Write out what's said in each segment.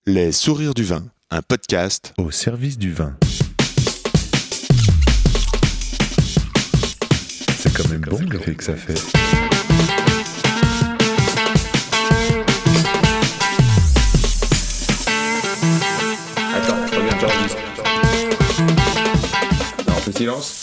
Les sourires du vin, un podcast au service du vin. C'est quand même bon l'effet que ça fait. Attends, reviens, j'enregistre. Non, on fait silence.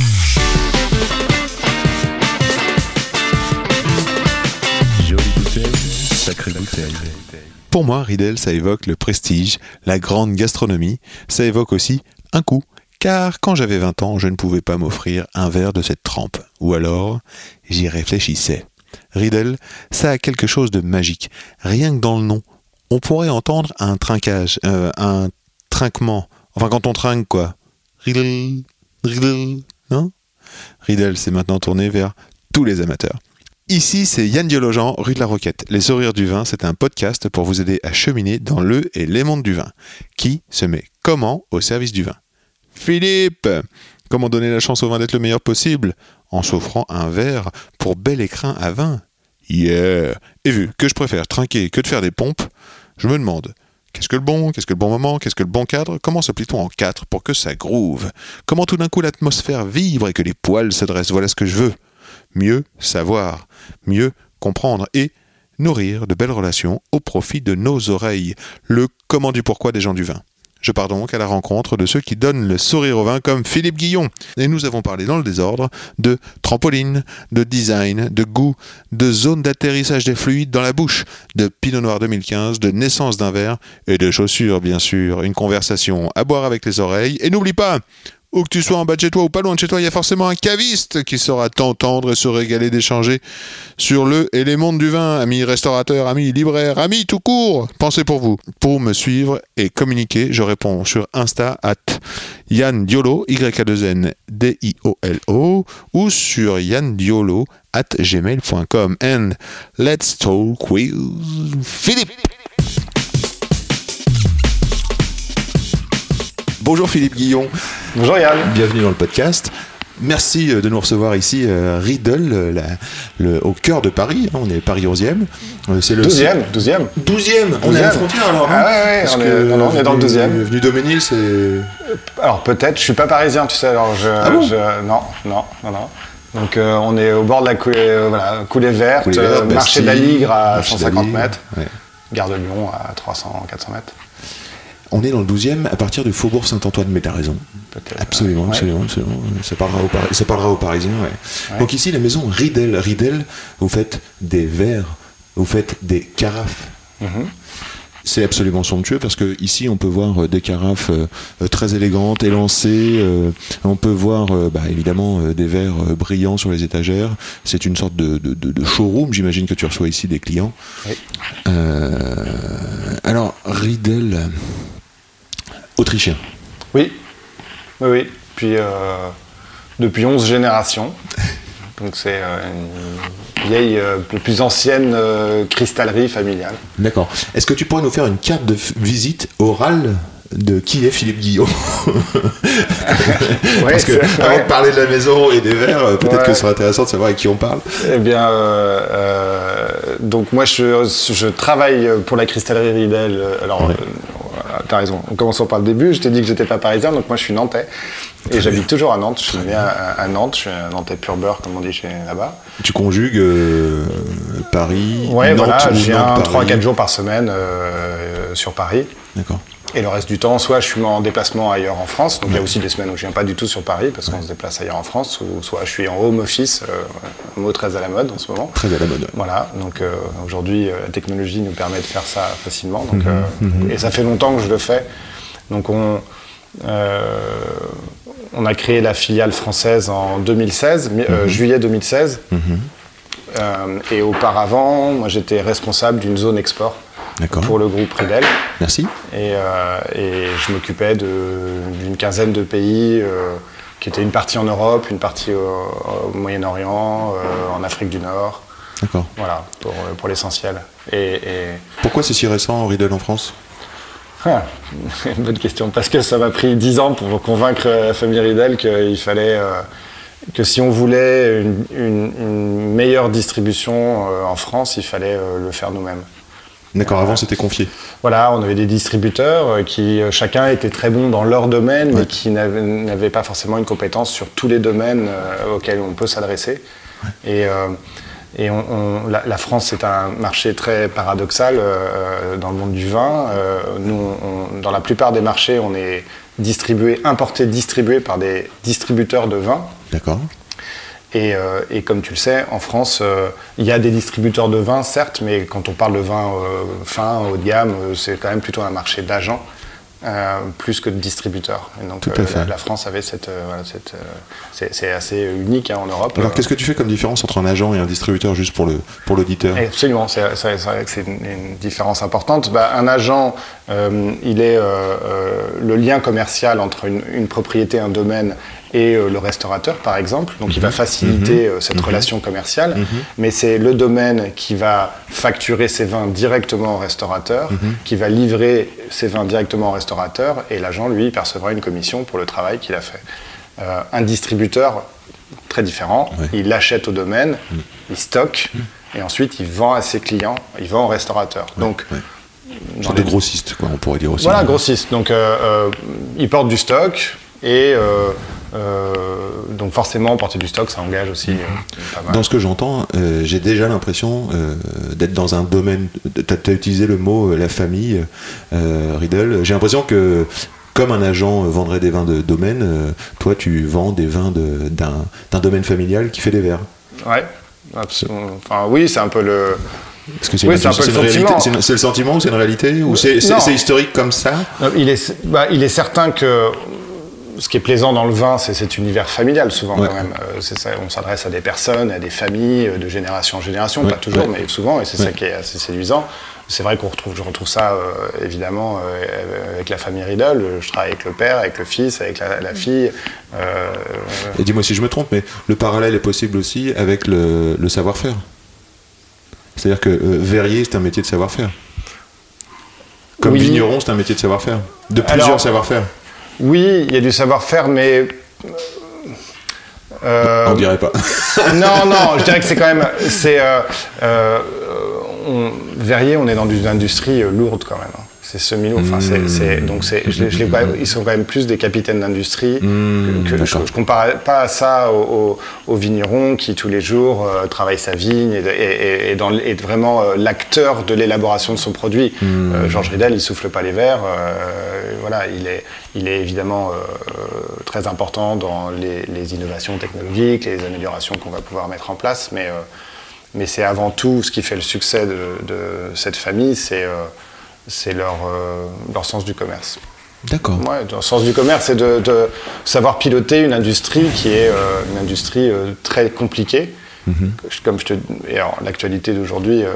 Jolie bouteille, sacrée bouteille. Pour moi, Riedel, ça évoque le prestige, la grande gastronomie. Ça évoque aussi un coup. Car quand j'avais 20 ans, je ne pouvais pas m'offrir un verre de cette trempe. Ou alors, j'y réfléchissais. Riedel, ça a quelque chose de magique. Rien que dans le nom, on pourrait entendre un trinquage, un trinquement. Enfin, quand on trinque, quoi. Riedel, Riedel, non ? Riedel s'est maintenant tourné vers tous les amateurs. Ici, c'est Yann Diologen, rue de la Roquette. Les sourires du vin, c'est un podcast pour vous aider à cheminer dans le et les mondes du vin. Qui se met comment au service du vin ? Philippe, comment donner la chance au vin d'être le meilleur possible ? En s'offrant un verre pour bel écrin à vin. Yeah ! Et vu que je préfère trinquer que de faire des pompes, je me demande, qu'est-ce que le bon moment, qu'est-ce que le bon cadre ? Comment se plie-t-on en quatre pour que ça groove ? Comment tout d'un coup l'atmosphère vibre et que les poils se dressent ? Voilà ce que je veux. Mieux savoir, mieux comprendre et nourrir de belles relations au profit de nos oreilles. Le comment du pourquoi des gens du vin. Je pars donc à la rencontre de ceux qui donnent le sourire au vin comme Philippe Guillon. Et nous avons parlé dans le désordre de trampoline, de design, de goût, de zone d'atterrissage des fluides dans la bouche, de Pinot Noir 2015, de naissance d'un verre et de chaussures bien sûr. Une conversation à boire avec les oreilles. Et n'oublie pas, où que tu sois en bas de chez toi ou pas loin de chez toi, il y a forcément un caviste qui saura t'entendre et se régaler d'échanger sur le et les mondes du vin. Amis restaurateurs, amis libraires, amis tout court, pensez pour vous. Pour me suivre et communiquer, je réponds sur Insta @Yann Diolo, YANDIOLO, ou sur yanndiolo@gmail.com. And let's talk with Philippe. Bonjour Philippe Guillon. Bonjour Yann. Bienvenue dans le podcast. Merci de nous recevoir ici, Riedel, au cœur de Paris. On est Paris 11e. C'est le 12e. On est à la frontière alors. Ah ouais, on est dans le 12e. Venu Doménil, c'est... Alors peut-être, je suis pas parisien, tu sais. Alors non. Donc on est au bord de la coulée verte, marché d'Aligre à 150 mètres, ouais. Gare de Lyon à 300-400 mètres. On est dans le 12e à partir du faubourg Saint-Antoine, mais t'as raison. Peut-être. Absolument. Ça parlera aux Parisiens. Ouais. Ouais. Donc ici, la maison Riedel. Riedel, vous faites des verres, vous faites des carafes. Mm-hmm. C'est absolument somptueux parce que ici, on peut voir des carafes très élégantes, élancées. On peut voir, évidemment, des verres brillants sur les étagères. C'est une sorte de showroom. J'imagine que tu reçois ici des clients. Oui. Alors, Riedel... Autrichien. Oui. Puis depuis 11 générations. Donc c'est une vieille, la plus ancienne cristallerie familiale. D'accord. Est-ce que tu pourrais nous faire une carte de visite orale de qui est Philippe Guillon? Parce que avant de parler de la maison et des verres, peut-être que ce serait intéressant de savoir avec qui on parle. Eh bien, donc moi je travaille pour la cristallerie Riedel. Alors, t'as raison. Commençons par le début. Je t'ai dit que j'étais pas parisien, donc moi je suis nantais et j'habite toujours à Nantes. Je suis né à Nantes. Je suis un nantais pur beurre, comme on dit là-bas. Tu conjugues Paris, ouais, Nantes, voilà. Je viens 3-4 jours par semaine sur Paris. D'accord. Et le reste du temps, soit je suis en déplacement ailleurs en France, donc il y a aussi des semaines où je viens pas du tout sur Paris parce qu'on se déplace ailleurs en France, ou soit je suis en home office, un mot très à la mode en ce moment. Très à la mode. Voilà, donc aujourd'hui la technologie nous permet de faire ça facilement, donc, et ça fait longtemps que je le fais. Donc on a créé la filiale française en 2016, juillet 2016, et auparavant, moi j'étais responsable d'une zone export. D'accord. Pour le groupe Riedel. Merci. Et je m'occupais d'une quinzaine de pays, qui étaient une partie en Europe, une partie au Moyen-Orient, en Afrique du Nord. D'accord. Voilà, pour l'essentiel. Pourquoi c'est si récent, Riedel en France ? Une bonne question. Parce que ça m'a pris 10 ans pour convaincre la famille Riedel qu'il fallait... que si on voulait une meilleure distribution en France, il fallait le faire nous-mêmes. D'accord, avant c'était confié. Voilà, on avait des distributeurs qui chacun était très bon dans leur domaine, Ouais. mais qui n'avaient pas forcément une compétence sur tous les domaines auxquels on peut s'adresser. Ouais. Et la France, c'est un marché très paradoxal dans le monde du vin. Nous, dans la plupart des marchés, on est importé, distribué par des distributeurs de vin. D'accord. Et comme tu le sais, en France, il y a des distributeurs de vin, certes, mais quand on parle de vin fin, haut de gamme, c'est quand même plutôt un marché d'agents, plus que de distributeurs. Et donc la France avait c'est assez unique en Europe. Alors qu'est-ce que tu fais comme différence entre un agent et un distributeur, juste pour l'auditeur ? Absolument, c'est vrai que c'est une différence importante. Un agent, il est le lien commercial entre une propriété, un domaine et le restaurateur, par exemple. Donc, il va faciliter cette relation commerciale. Mais c'est le domaine qui va facturer ses vins directement au restaurateur, qui va livrer ses vins directement au restaurateur, et l'agent, lui, percevra une commission pour le travail qu'il a fait. Un distributeur, très différent, il achète au domaine, il stocke, et ensuite, il vend à ses clients, il vend au restaurateur. Donc, une sorte de grossiste, quoi, on pourrait dire aussi. Voilà, grossiste. Donc, il porte du stock, et donc forcément, porter du stock, ça engage aussi pas mal. Dans ce que j'entends, j'ai déjà l'impression d'être dans un domaine. Tu as utilisé le mot la famille, Riedel. J'ai l'impression que, comme un agent vendrait des vins de domaine, toi, tu vends des vins d'un domaine familial qui fait des verres. Ouais, absolument. Enfin, oui, c'est un peu le. Est-ce que c'est un peu le sentiment. C'est le sentiment ou c'est une réalité, ou c'est historique comme ça? Il est certain que ce qui est plaisant dans le vin, c'est cet univers familial, souvent, quand même. On s'adresse à des personnes, à des familles, de génération en génération, pas toujours, mais souvent, et c'est ça qui est assez séduisant. C'est vrai je retrouve ça, évidemment, avec la famille Riedel. Je travaille avec le père, avec le fils, avec la fille. Et dis-moi si je me trompe, mais le parallèle est possible aussi avec le savoir-faire. C'est-à-dire que verrier, c'est un métier de savoir-faire. Comme vigneron, c'est un métier de savoir-faire. De plusieurs savoir-faire. Oui, il y a du savoir-faire, mais... on dirait pas. Non, je dirais que c'est quand même... Verrier, on est dans une industrie lourde quand même. C'est semi-lourd. Enfin, ils sont quand même plus des capitaines d'industrie. Je ne compare pas à ça aux vignerons qui, tous les jours, travaillent sa vigne et est vraiment l'acteur de l'élaboration de son produit. Georges Riedel, il ne souffle pas les verres. Voilà, il est évidemment très important dans les innovations technologiques, les améliorations qu'on va pouvoir mettre en place. Mais c'est avant tout ce qui fait le succès de cette famille, c'est leur sens du commerce. D'accord. Ouais, leur sens du commerce, c'est de savoir piloter une industrie qui est une industrie très compliquée. Comme et alors, l'actualité d'aujourd'hui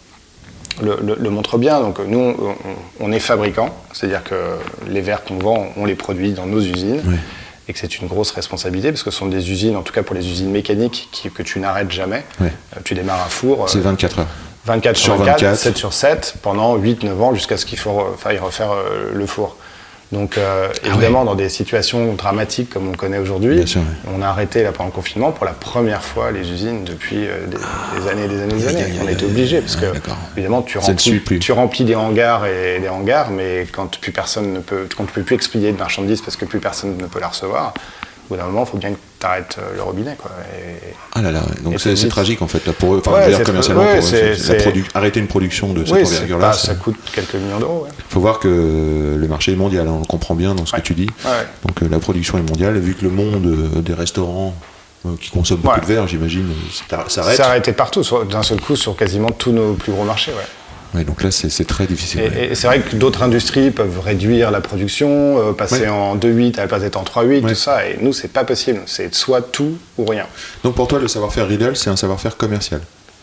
le montre bien. Donc nous, on est fabricants, c'est-à-dire que les verres qu'on vend, on les produit dans nos usines. Oui. Et que c'est une grosse responsabilité, parce que ce sont des usines, en tout cas pour les usines mécaniques, que tu n'arrêtes jamais. Oui. Tu démarres un four. C'est 24 heures. 24 sur 24, 7 sur 7, pendant 8-9 ans, jusqu'à ce qu'il faille refaire le four. Donc évidemment, dans des situations dramatiques comme on connaît aujourd'hui, on a arrêté là, pendant le confinement pour la première fois les usines depuis des années et des années et des années. On était obligé, parce que évidemment, tu remplis des hangars et des hangars, mais quand quand tu peux plus expédier de marchandises parce que plus personne ne peut la recevoir, au bout d'un moment, il faut bien que tu arrêtes le robinet, quoi. Ah là là, donc c'est tragique en fait là, pour eux, commercialement, pour eux, arrêter une production de cette envergure-là. Ça coûte quelques millions d'euros. Il faut voir que le marché est mondial, on le comprend bien dans ce que tu dis. Donc la production est mondiale, vu que le monde des restaurants qui consomment beaucoup de verre, j'imagine, s'arrête. Ça a arrêté partout, d'un seul coup, sur quasiment tous nos plus gros marchés. Ouais, donc là, c'est très difficile. Et c'est vrai que d'autres industries peuvent réduire la production, passer en 2-8 à la place d'être en 3-8, tout ça. Et nous, c'est pas possible. C'est soit tout ou rien. Donc pour toi, le savoir-faire Riedel, c'est un savoir-faire commercial.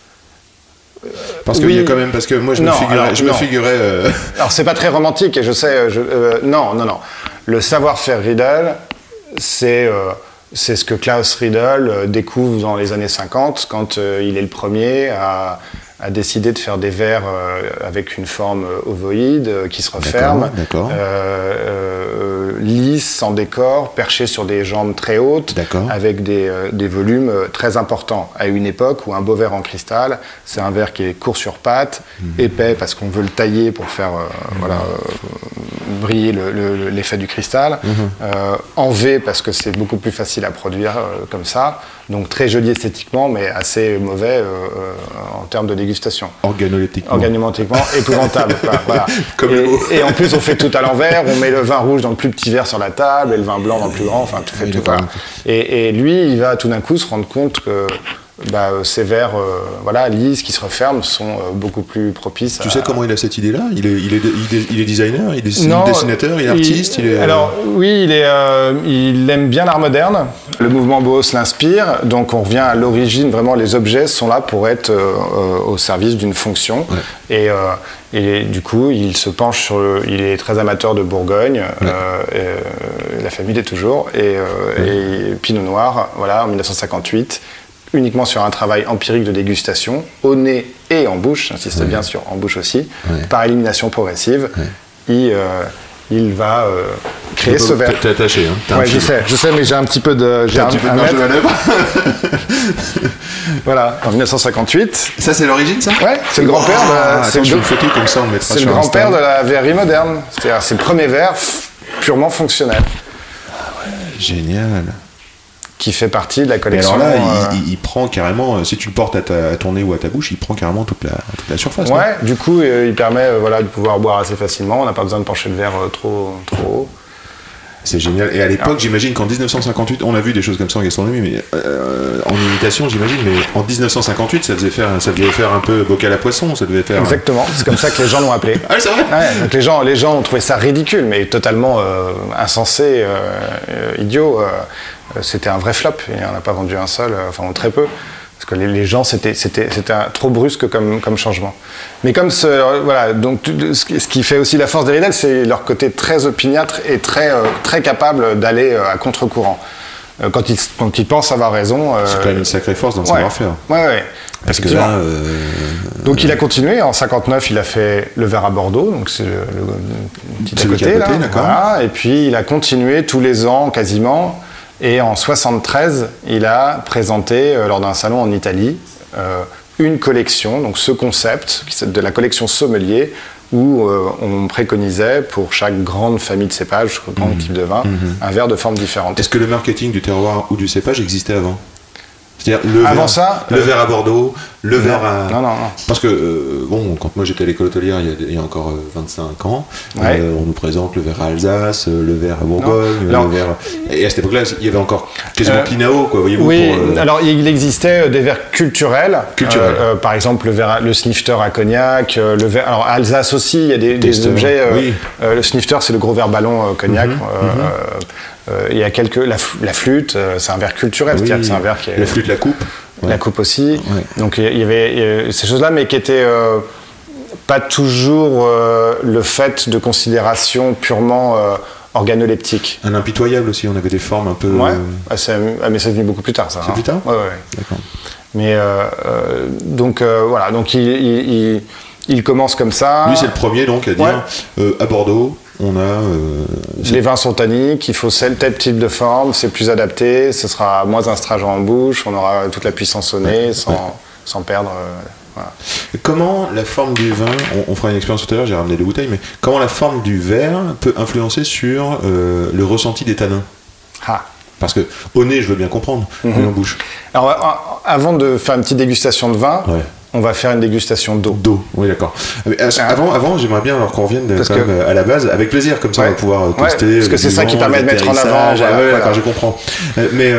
Parce que, quand même, parce que moi, je me figurais. Alors, c'est pas très romantique, et je sais. Non. Le savoir-faire Riedel, c'est ce que Klaus Riedel découvre dans les années 50, quand il est le premier à décider de faire des verres avec une forme ovoïde qui se referme. lisse, sans décor, perché sur des jambes très hautes, D'accord. avec des volumes très importants. À une époque où un beau verre en cristal, c'est un verre qui est court sur patte, épais parce qu'on veut le tailler pour faire briller l'effet du cristal, en V parce que c'est beaucoup plus facile à produire comme ça, donc très joli esthétiquement, mais assez mauvais en termes de dégustation. Organoleptiquement, épouvantable. Voilà. Et en plus, on fait tout à l'envers, on met le vin rouge dans le plus petit verre sur la table et le vin blanc dans le plus grand, enfin tout fait tout. Voilà. Et lui, il va tout d'un coup se rendre compte que ces verres lisses qui se referment sont beaucoup plus propices. Tu sais comment il a cette idée-là ? Il est designer, il est dessinateur, il est artiste. Alors oui, il aime bien l'art moderne. Le mouvement Bauhaus l'inspire, donc on revient à l'origine. Vraiment, les objets sont là pour être au service d'une fonction. Ouais. Et du coup, il se penche sur. Il est très amateur de Bourgogne. La famille l'est toujours. Et Pinot Noir, en 1958. Uniquement sur un travail empirique de dégustation, au nez et en bouche, j'insiste bien sur en bouche aussi, par élimination progressive, il va créer ce verre. T'es attaché, hein. Ouais, je sais, mais j'ai un petit peu de... J'ai un petit peu de marge de manœuvre. Voilà, en 1958. Ça, c'est l'origine, ça ? Ouais, c'est le grand-père de... C'est une photo comme ça, on le mettra sur C'est le grand-père de la verrerie moderne. C'est-à-dire, c'est le premier verre purement fonctionnel. Ah ouais, génial. Qui fait partie de la collection. Et alors là, il prend carrément, si tu le portes à ton nez ou à ta bouche, il prend carrément toute la surface. Ouais, du coup, il permet de pouvoir boire assez facilement. On n'a pas besoin de pencher le verre trop haut. C'est génial. Et à l'époque, j'imagine qu'en 1958, on a vu des choses comme ça en gastronomie, mais en imitation, j'imagine, mais en 1958, ça devait faire un peu bocal à poisson, ça devait faire... Exactement, c'est comme ça que les gens l'ont appelé. Ah, c'est vrai. Ouais, donc les gens ont trouvé ça ridicule, mais totalement insensé, idiot. C'était un vrai flop, et on n'a pas vendu un seul, ou très peu. Parce que les gens, c'était trop brusque comme changement. Mais comme donc ce qui fait aussi la force des Riedel, c'est leur côté très opiniâtre et très capable d'aller à contre-courant. Quand ils pensent avoir raison. C'est quand même une sacrée force dans le savoir-faire. Ouais. Parce que là. Donc il a continué. En 59, il a fait le verre à Bordeaux, donc c'est le petit à côté là. Voilà. Et puis il a continué tous les ans quasiment. Et en 73, il a présenté, lors d'un salon en Italie, une collection, donc ce concept, de la collection sommelier, où on préconisait pour chaque grande famille de cépages, grand type de vin, un verre de forme différente. Est-ce que le marketing du terroir ou du cépage existait avant ? C'est-à-dire le verre à Bordeaux, le verre à... Non. Parce que, quand moi j'étais à l'école hôtelière il y a encore 25 ans, on nous présente le verre à Alsace, le verre à Bourgogne, le verre... Et à cette époque-là, il y avait encore quasiment Pinao, quoi, voyez-vous. Oui, alors il existait des verres culturels. Par exemple, le snifter à cognac, le verre... Alors à Alsace aussi, il y a des objets... le snifter, c'est le gros verre ballon cognac. Il y a la flûte, c'est un verre culturel, c'est-à-dire que c'est un verre qui est... La flûte, la coupe. La coupe aussi. Ouais. Donc il y avait ces choses-là, mais qui étaient pas toujours le fait de considération purement organoleptique. Un impitoyable aussi, on avait des formes un peu... Ouais, mais c'est venu beaucoup plus tard, ça. C'est plus tard ? Ouais. D'accord. Mais donc il commence comme ça. Lui, c'est le premier donc à dire à Bordeaux, on a... les vins sont tanniques, il faut tel type de forme, c'est plus adapté, ce sera moins astringent en bouche, on aura toute la puissance au nez sans perdre... voilà. Comment la forme du vin, on fera une expérience tout à l'heure, j'ai ramené 2 bouteilles, mais comment la forme du verre peut influencer sur le ressenti des tanins ? Parce que au nez, je veux bien comprendre, mais en bouche. Alors, avant de faire une petite dégustation de vin, on va faire une dégustation d'eau. D'eau, oui, d'accord. Avant, j'aimerais bien alors qu'on revienne à la base, avec plaisir, comme ça on va pouvoir tester. Parce que c'est ça qui permet de mettre en avant. D'accord, je comprends. Mais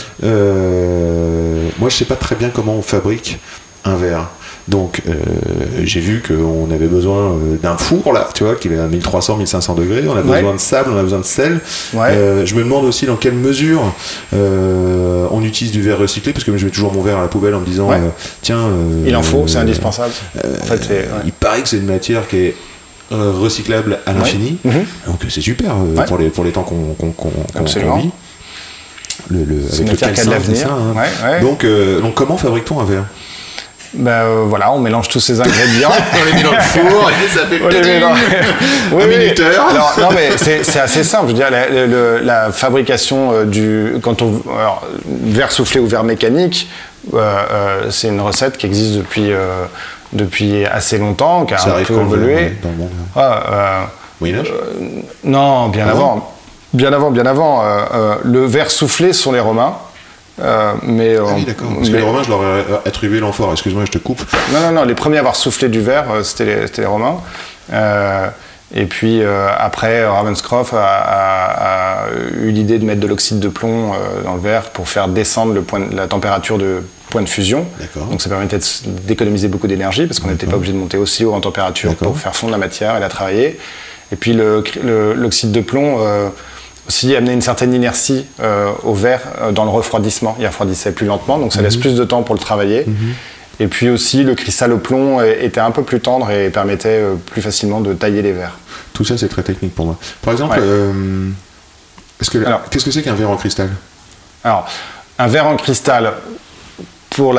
moi, je sais pas très bien comment on fabrique un verre. Donc, j'ai vu qu'on avait besoin d'un four, là, tu vois, qui est à 1300-1500 degrés. On a besoin de sable, on a besoin de sel. Je me demande aussi dans quelle mesure on utilise du verre recyclé, parce que je mets toujours mon verre à la poubelle en me disant, tiens... il en faut, c'est indispensable. En fait, il paraît que c'est une matière qui est recyclable à l'infini. Donc, c'est super pour les temps qu'on vit. C'est une matière qui a de l'avenir. Donc, comment fabrique-t-on un verre ? Voilà, on mélange tous ces ingrédients. On les met dans le four et ça fait On les met dans- Oui, un oui. minuteur. Alors, non, mais c'est assez simple. Je veux dire, la fabrication alors, verre soufflé ou verre mécanique, c'est une recette qui existe depuis assez longtemps, qui a Ça un arrive peu quand même évolué. dans le monde. Moyen-Âge Non, bien avant. Bien avant. Le verre soufflé sont les Romains. Mais, Ah oui, d'accord. Parce que les Romains, je leur ai attribué l'amphore. Excuse-moi, je te coupe. Non, les premiers à avoir soufflé du verre, c'était les Romains. Et puis après, Ravenscroft a eu l'idée de mettre de l'oxyde de plomb dans le verre pour faire descendre la température de point de fusion. D'accord. Donc ça permettait d'économiser beaucoup d'énergie parce qu'on n'était pas obligé de monter aussi haut en température D'accord. pour faire fondre la matière et la travailler. Et puis l'oxyde de plomb aussi amenait une certaine inertie au verre dans le refroidissement. Il refroidissait plus lentement, donc ça laisse plus de temps pour le travailler. Et puis aussi, le cristal au plomb était un peu plus tendre et permettait plus facilement de tailler les verres. Tout ça, c'est très technique pour moi. Par exemple, Ouais. qu'est-ce que c'est qu'un verre en cristal? Alors, un verre en cristal, pour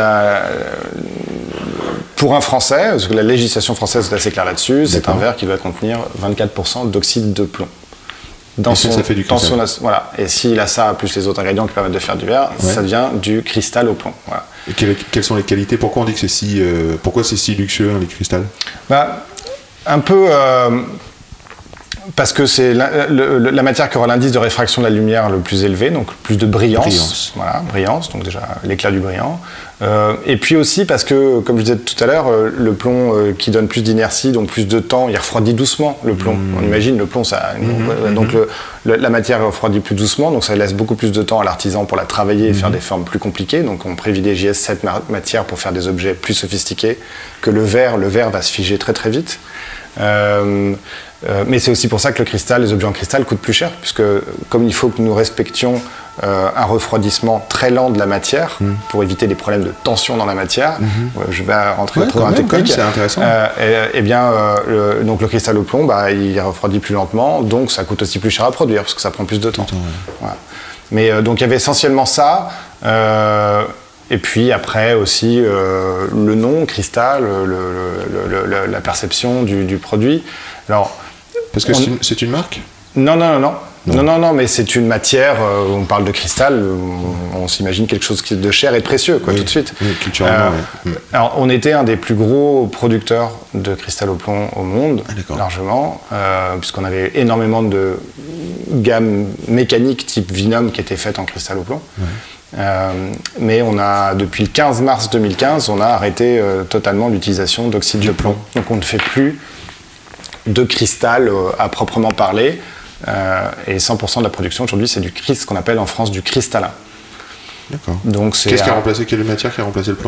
un Français, parce que la législation française est assez claire là-dessus, c'est un D'accord. verre qui doit contenir 24% d'oxyde de plomb. Ça fait du cristal. Voilà. Et s'il a ça, plus les autres ingrédients qui permettent de faire du verre, ça devient du cristal au plomb. Voilà. Et quelles sont les qualités? Pourquoi on dit que c'est si luxueux, les cristals? Un peu parce que c'est la matière qui aura l'indice de réfraction de la lumière le plus élevé, donc plus de brillance. Voilà, brillance, donc déjà l'éclat du brillant. Et puis aussi parce que, comme je disais tout à l'heure, le plomb qui donne plus d'inertie, donc plus de temps, il refroidit doucement le plomb. On imagine le plomb, donc la matière refroidit plus doucement, donc ça laisse beaucoup plus de temps à l'artisan pour la travailler et faire des formes plus compliquées. Donc on privilégie cette matière pour faire des objets plus sophistiqués que le verre. Le verre va se figer très très vite. Mais c'est aussi pour ça que les objets en cristal coûtent plus cher, puisque comme il faut que nous respections un refroidissement très lent de la matière pour éviter des problèmes de tension dans la matière, je vais rentrer trop dans la technique. C'est intéressant. Donc le cristal au plomb, il refroidit plus lentement, donc ça coûte aussi plus cher à produire, parce que ça prend plus de temps. Voilà. Mais donc il y avait essentiellement ça. Et puis après aussi le nom, cristal, la perception du produit. Alors, Parce que c'est une marque? Non, mais c'est une matière, on parle de cristal, on s'imagine quelque chose de cher et de précieux, tout de suite. Oui, culturellement, oui. Alors, on était un des plus gros producteurs de cristal au plomb au monde, largement, puisqu'on avait énormément de gammes mécaniques type Vinum qui étaient faites en cristal au plomb. Mais depuis le 15 mars 2015, on a arrêté totalement l'utilisation d'oxyde de plomb. Donc on ne fait plus de cristal à proprement parler. Et 100% de la production aujourd'hui, c'est ce qu'on appelle en France du cristallin. D'accord. Donc c'est quelle matière qui a remplacé le plomb?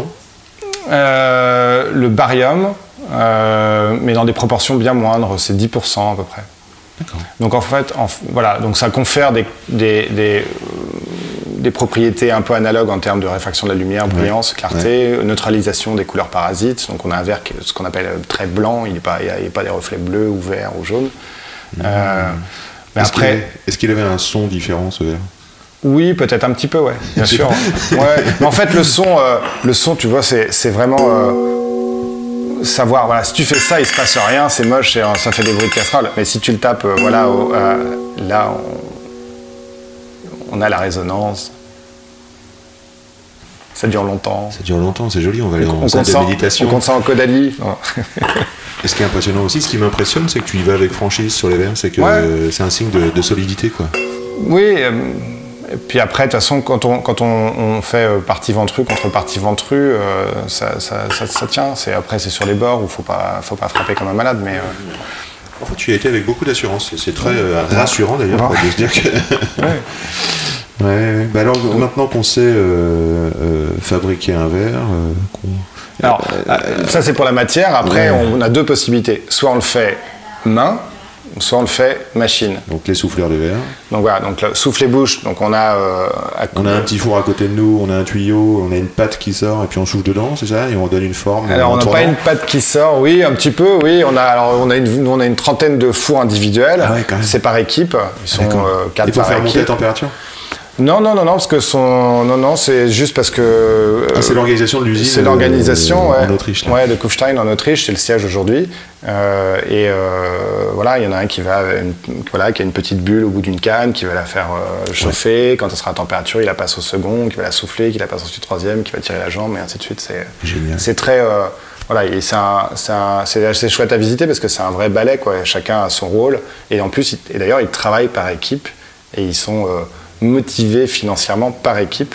Le barium, mais dans des proportions bien moindres, c'est 10% à peu près. D'accord. Donc en fait, donc ça confère des propriétés un peu analogues en termes de réfraction de la lumière, brillance, clarté, neutralisation des couleurs parasites. Donc on a un verre ce qu'on appelle très blanc, il n'y a pas des reflets bleus ou verts ou jaunes. Mais est-ce qu'il avait un son différent, ce verre? Oui, peut-être un petit peu, ouais, bien sûr. Mais en fait, le son, tu vois, c'est vraiment savoir. Voilà, si tu fais ça, il se passe rien, c'est moche, ça fait des bruits de casserole. Mais si tu le tapes, là, on a la résonance. Ça dure longtemps. Ça dure longtemps, c'est joli. On va aller en salle de méditation. On compte ça en Caudalie. Et ce qui est impressionnant aussi, ce qui m'impressionne, c'est que tu y vas avec franchise sur les verres. C'est que c'est un signe de solidité, quoi. Oui. Et puis après, de toute façon, quand on fait partie ventrue contre partie ventrue, ça tient. Après, c'est sur les bords où il faut pas frapper comme un malade, mais. En fait, tu y as été avec beaucoup d'assurance. C'est très rassurant d'ailleurs de se dire que. Alors maintenant qu'on sait fabriquer un verre, alors ça c'est pour la matière. Après, on a deux possibilités. Soit on le fait main, soit on le fait machine. Donc les souffleurs de verre. Donc voilà, donc souffler-bouche. Donc on a un petit four à côté de nous, on a un tuyau, on a une pâte qui sort et puis on souffle dedans, c'est ça, et on donne une forme. Alors on n'a pas une pâte qui sort, oui, un petit peu, oui. On a une trentaine de fours individuels. Ah ouais, quand même. C'est par équipe. Ils sont 4 Il faut par faire monter la équipe. température. Non, parce que c'est juste parce que... c'est l'organisation de l'usine. C'est l'organisation, en Autriche. Là. Ouais, de Kufstein en Autriche, c'est le siège aujourd'hui. Voilà, il y en a un qui a une petite bulle au bout d'une canne, qui va la faire chauffer. Quand elle sera à température, il la passe au second, qui va la souffler, qui la passe ensuite au troisième, qui va tirer la jambe, et ainsi de suite. C'est génial. C'est très... voilà, et c'est assez chouette à visiter parce que c'est un vrai ballet, quoi. Chacun a son rôle. Et en plus, d'ailleurs, ils travaillent par équipe et ils sont... motivés financièrement par équipe.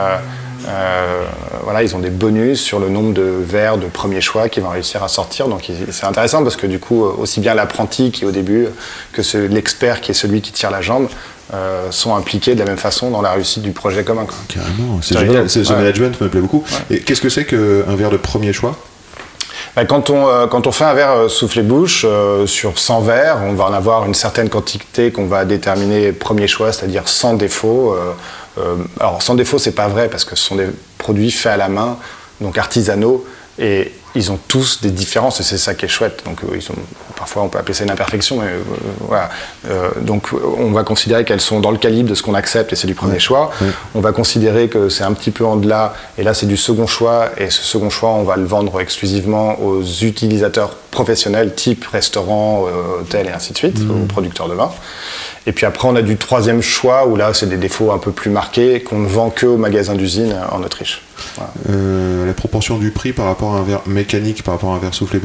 Voilà, ils ont des bonus sur le nombre de verres de premier choix qu'ils vont réussir à sortir. Donc c'est intéressant parce que du coup, aussi bien l'apprenti qui est au début que l'expert qui est celui qui tire la jambe sont impliqués de la même façon dans la réussite du projet commun. Quoi. Carrément, c'est génial. Ce management me plaît beaucoup. Ouais. Et qu'est-ce que c'est qu'un verre de premier choix ? Quand on fait un verre soufflé-bouche, sur 100 verres, on va en avoir une certaine quantité qu'on va déterminer premier choix, c'est-à-dire sans défaut. Alors sans défaut, c'est pas vrai parce que ce sont des produits faits à la main, donc artisanaux, et ils ont tous des différences et c'est ça qui est chouette. Donc parfois on peut appeler ça une imperfection, mais voilà. Donc on va considérer qu'elles sont dans le calibre de ce qu'on accepte et c'est du premier choix. Ouais. On va considérer que c'est un petit peu en delà et là c'est du second choix et ce second choix on va le vendre exclusivement aux utilisateurs professionnels type restaurant, hôtel et ainsi de suite, aux producteurs de vin. Et puis après on a du troisième choix où là c'est des défauts un peu plus marqués qu'on ne vend que aux magasins d'usine en Autriche. Voilà. La proportion du prix par rapport à un verre mécanique par rapport à un verre soufflé-bouche ?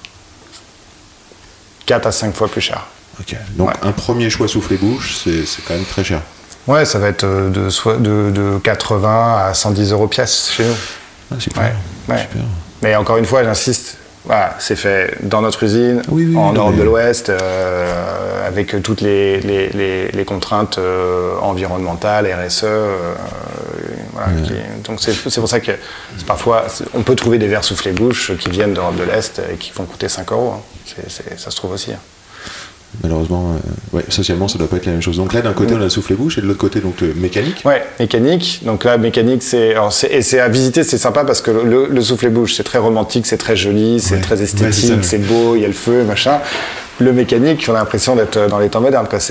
4 à 5 fois plus cher. Ok, donc un premier choix soufflé-bouche, c'est quand même très cher. Ouais, ça va être de 80 à 110 euros pièce chez nous. Ah, super. Ouais. Super. Mais encore une fois, j'insiste, voilà, c'est fait dans notre usine, en Europe de l'Ouest, avec toutes les contraintes environnementales, RSE. Voilà, donc c'est pour ça que parfois on peut trouver des verres soufflés-bouche qui viennent d'Europe de l'Est et qui vont coûter 5 euros. Hein. Ça se trouve aussi. Hein. Malheureusement, socialement, ça doit pas être la même chose. Donc là, d'un côté, on a le soufflé-bouche et de l'autre côté, donc mécanique. Ouais, mécanique. Donc là, mécanique, c'est à visiter, c'est sympa parce que le soufflé-bouche, c'est très romantique, c'est très joli, c'est très esthétique, c'est beau, il y a le feu, machin. Le mécanique, on a l'impression d'être dans les temps modernes, quoi.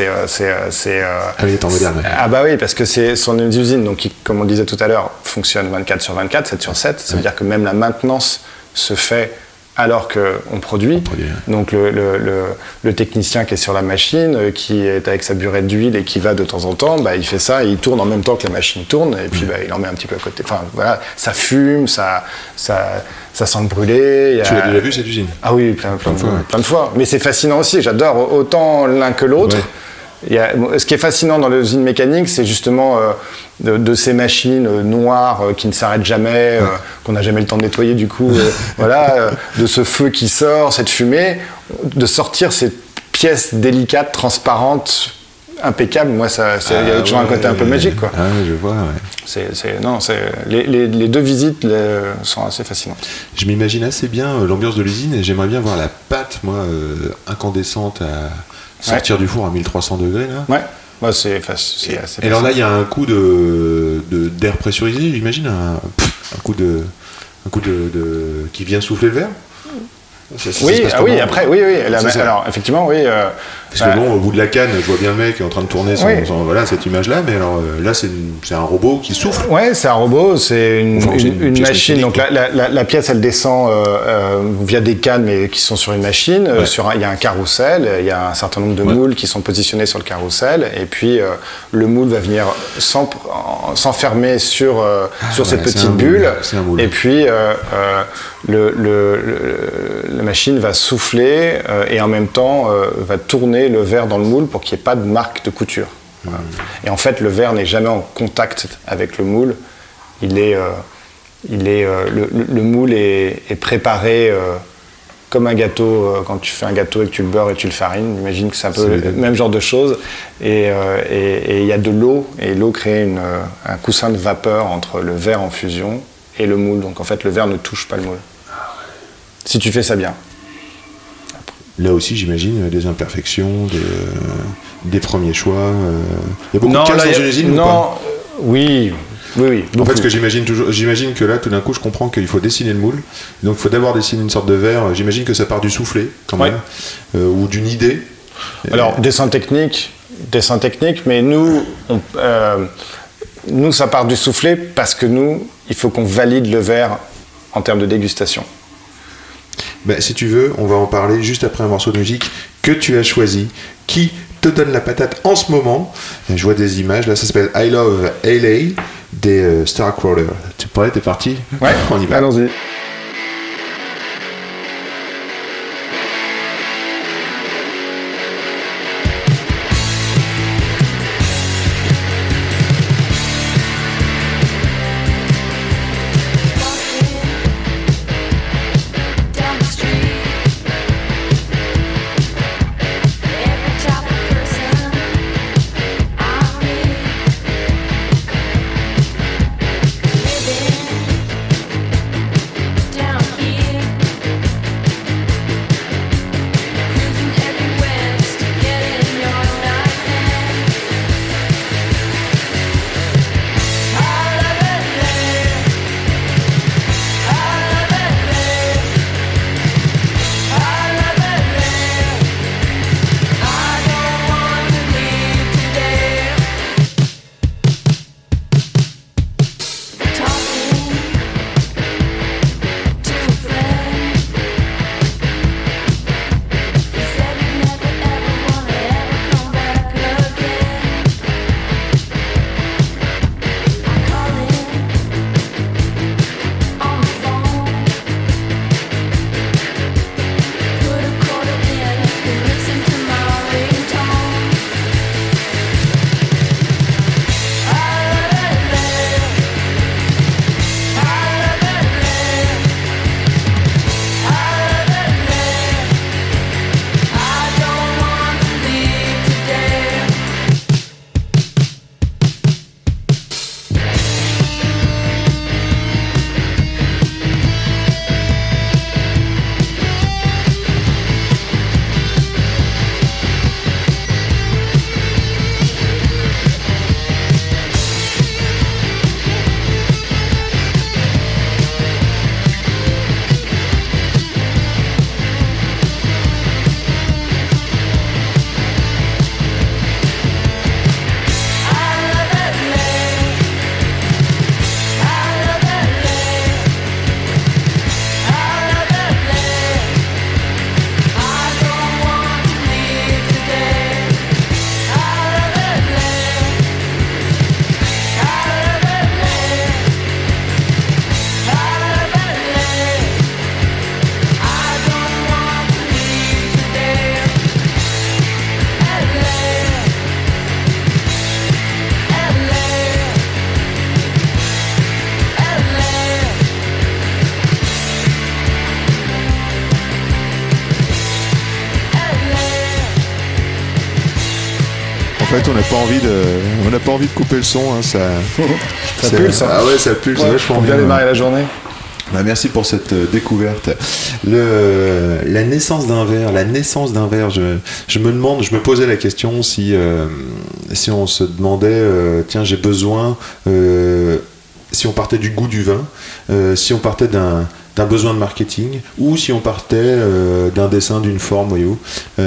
Les temps modernes. Ah bah oui, parce que c'est son usine, donc qui, comme on le disait tout à l'heure, fonctionne 24 sur 24, 7 sur 7. Ça veut dire que même la maintenance se fait alors qu'on produit. Donc le technicien qui est sur la machine, qui est avec sa burette d'huile et qui va de temps en temps, il fait ça et il tourne en même temps que la machine tourne et puis il en met un petit peu à côté. Enfin voilà, ça fume, ça sent le brûler. Tu l'as déjà vu cette usine ? Ah oui, plein de fois. Mais c'est fascinant aussi, j'adore autant l'un que l'autre. Ouais. Ce qui est fascinant dans l'usine mécanique, c'est justement de ces machines noires qui ne s'arrêtent jamais, qu'on n'a jamais le temps de nettoyer du coup, de ce feu qui sort, cette fumée, de sortir ces pièces délicates, transparentes, impeccables. Moi, il y a toujours un côté un peu magique, quoi. Ah, je vois, ouais. Les deux visites sont assez fascinantes. Je m'imagine assez bien l'ambiance de l'usine et j'aimerais bien voir la pâte, moi, incandescente à sortir du four à 1300 degrés, là. Ouais, c'est assez facile. Et alors là, il y a un coup d'air pressurisé, j'imagine, un coup de qui vient souffler le verre. Après. Alors, effectivement, oui. Parce que au bout de la canne, je vois bien le mec qui est en train de tourner cette image-là, mais alors là, c'est un robot qui souffle. Ouais, c'est un robot, c'est une machine. Donc la pièce, elle descend via des cannes, mais qui sont sur une machine. Il y a un carrousel, il y a un certain nombre de moules qui sont positionnés sur le carrousel, et puis le moule va venir s'enfermer sur cette petite bulle, et puis la machine va souffler et en même temps va tourner le verre dans le moule pour qu'il n'y ait pas de marque de couture. Voilà. Et en fait, le verre n'est jamais en contact avec le moule. Le moule est préparé comme un gâteau. Quand tu fais un gâteau et que tu le beurres et tu le farines, j'imagine que c'est un peu le même genre de choses. Et il y a de l'eau, et l'eau crée un coussin de vapeur entre le verre en fusion et le moule. Donc en fait, le verre ne touche pas le moule. Si tu fais ça bien. Là aussi, j'imagine des imperfections, des premiers choix. Il y a beaucoup de cases dans une usine ou pas ? Oui. En fait, ce que j'imagine que là, tout d'un coup, je comprends qu'il faut dessiner le moule. Donc, il faut d'abord dessiner une sorte de verre. J'imagine que ça part du soufflet, quand même, ou d'une idée. Alors, dessin technique. dessin technique, mais nous, ça part du soufflé parce que nous, il faut qu'on valide le verre en termes de dégustation. Ben, si tu veux, on va en parler juste après un morceau de musique que tu as choisi, qui te donne la patate en ce moment. Je vois des images, là ça s'appelle I Love LA des Starcrawler. Tu pourrais, t'es parti? Ouais, on y va. Allons-y. En fait, on n'a pas envie de couper le son. Hein, ça pulse. Ça. Ah ouais, ça pulse. Ouais, vachement bien démarrer la journée. Bah, merci pour cette découverte. La naissance d'un verre, je me posais la question si on se demandait, tiens, j'ai besoin, si on partait du goût du vin, si on partait d'un besoin de marketing, ou si on partait d'un dessin, d'une forme, voyez-vous.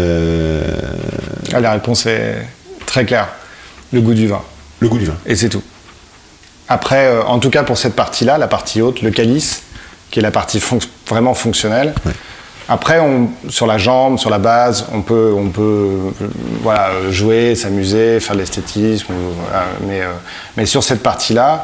La réponse est très claire. Le goût du vin. Le goût du vin. Et c'est tout. Après, en tout cas pour cette partie-là, la partie haute, le calice, qui est la partie vraiment fonctionnelle. Ouais. Après, sur la jambe, sur la base, on peut voilà, jouer, s'amuser, faire de l'esthétisme. Voilà, mais sur cette partie-là,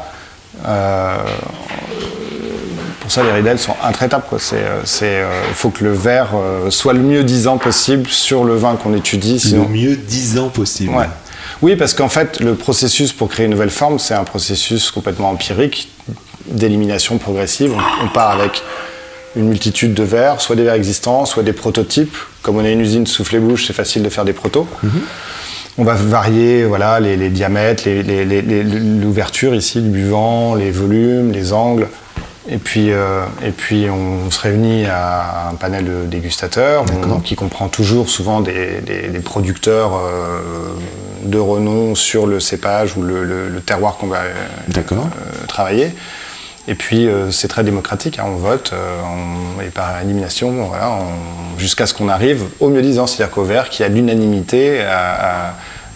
pour ça, les Riedel sont intraitables. Il faut que le verre soit le mieux disant possible sur le vin qu'on étudie. Sinon... Le mieux disant possible. Ouais. Oui, parce qu'en fait, le processus pour créer une nouvelle forme, c'est un processus complètement empirique, d'élimination progressive. On part avec une multitude de verres, soit des verres existants, soit des prototypes. Comme on a une usine de soufflé-bouche, c'est facile de faire des protos. Mm-hmm. On va varier voilà, les diamètres, l'ouverture ici du buvant, les volumes, les angles. Et puis on se réunit à un panel de dégustateurs qui comprend toujours souvent des producteurs de renom sur le cépage ou le terroir qu'on va travailler. Et puis c'est très démocratique, hein, on vote et par élimination jusqu'à ce qu'on arrive au mieux disant, c'est-à-dire qu'au verre qui a l'unanimité à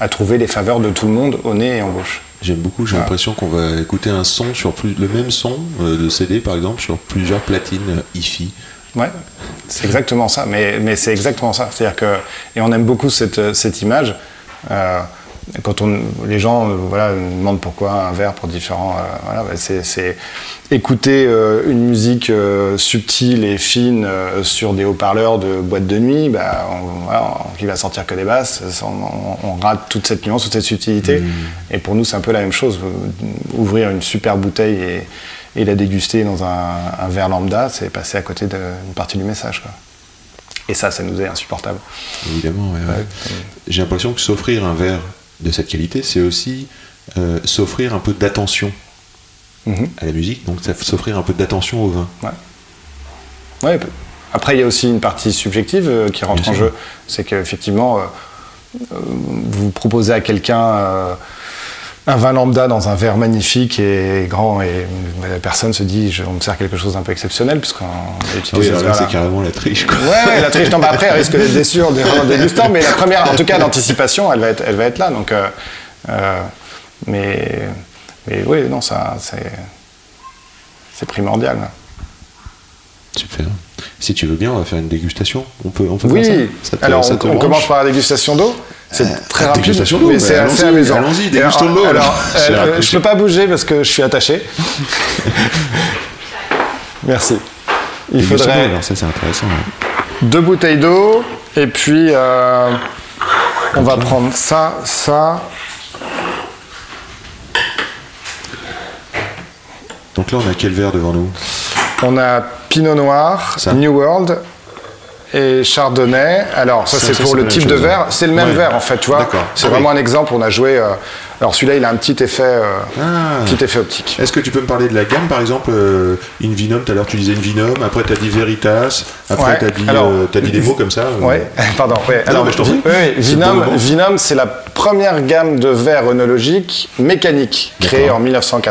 à trouver les faveurs de tout le monde au nez et en bouche. J'aime beaucoup, j'ai l'impression qu'on va écouter un son le même son de CD par exemple sur plusieurs platines hi-fi. Ouais, c'est exactement ça, mais c'est exactement ça. C'est-à-dire que, et on aime beaucoup cette image. Quand les gens voilà, nous demandent pourquoi un verre pour différents. Voilà, c'est écouter une musique subtile et fine sur des haut-parleurs de boîte de nuit, qui va sortir que des basses, on rate toute cette nuance, toute cette subtilité. Et pour nous, c'est un peu la même chose. Ouvrir une super bouteille et la déguster dans un verre lambda, c'est passer à côté d'une partie du message, quoi. Et ça nous est insupportable. Évidemment, ouais. J'ai l'impression que s'offrir un verre de cette qualité, c'est aussi s'offrir un peu d'attention à la musique, donc s'offrir un peu d'attention au vin. Ouais. Après, il y a aussi une partie subjective qui rentre en jeu. C'est qu'effectivement, vous proposez à quelqu'un un vin lambda dans un verre magnifique et grand, et la personne se dit on me sert quelque chose d'un peu exceptionnel, puisqu'on a utilisé ce verre-là. C'est carrément la triche, quoi. Ouais, la triche. Non, après, elle risque d'être déçue en dégustant, mais la première, en tout cas, l'anticipation, elle va être là. Donc, mais oui, non, ça, c'est primordial. Super. Si tu veux bien, on va faire une dégustation. On peut oui. Faire ça. Alors, on commence par la dégustation d'eau. C'est très rapide, mais c'est assez amusant. Allons-y, dégustons de l'eau. Alors, je peux pas bouger parce que je suis attaché. Merci. Il faudrait alors ça, c'est intéressant. 2 bouteilles d'eau, et puis on va prendre ça. Donc là, on a quel verre devant nous? On a Pinot Noir, New World et Chardonnay. Alors ça c'est pour le type de verre, c'est le même verre en fait, tu vois. D'accord. C'est vraiment un exemple, on a joué. Alors celui-là il a un petit effet optique. Est-ce que tu peux me parler de la gamme, par exemple Invinum, tout à l'heure tu disais Invinum, après tu as dit Veritas, après tu as dit des mots comme ça. Ouais, pardon. Ouais. Alors, Vinum, c'est la première gamme de verres œnologiques mécaniques créée en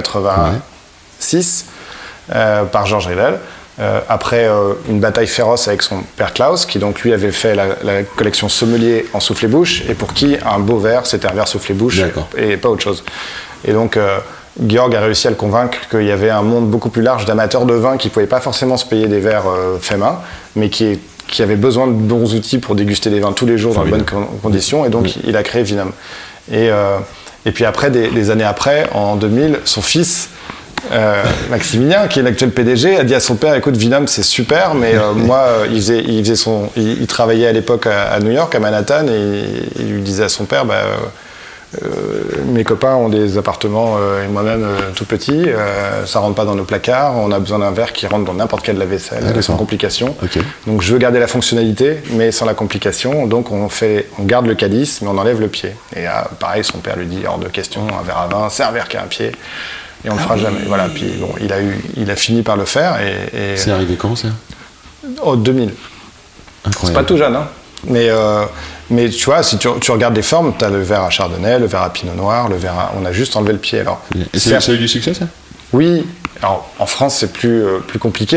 1986 par Georges Riedel. Après une bataille féroce avec son père Klaus, qui donc lui avait fait la collection sommelier en soufflé-bouche, et pour qui un beau verre, c'était un verre soufflé-bouche et pas autre chose. Et donc Georg a réussi à le convaincre qu'il y avait un monde beaucoup plus large d'amateurs de vin qui ne pouvaient pas forcément se payer des verres faits main, mais qui avaient besoin de bons outils pour déguster des vins tous les jours dans de bonnes conditions, et donc il a créé Vinum. Et puis après, des années après, en 2000, son fils Maximilien, qui est l'actuel PDG, a dit à son père: écoute, Vinum c'est super, mais moi il travaillait à l'époque à New York, à Manhattan, et il lui disait à son père: mes copains ont des appartements et moi-même tout petit, ça rentre pas dans nos placards, on a besoin d'un verre qui rentre dans n'importe quelle lave-vaisselle, sans complication. Donc je veux garder la fonctionnalité mais sans la complication, donc on garde le calice mais on enlève le pied. Et pareil, son père lui dit: hors de question, un verre à vin c'est un verre qui a un pied. Et on ne le fera jamais. Voilà. Puis bon, il a fini par le faire. Et c'est arrivé quand ça? 2000. Incroyable. C'est pas tout jeune, hein. Mais tu vois, si tu regardes les formes, tu as le verre à Chardonnay, le verre à Pinot Noir, on a juste enlevé le pied. Alors, et ça a eu du succès, ça? Oui. Alors, en France, c'est plus compliqué.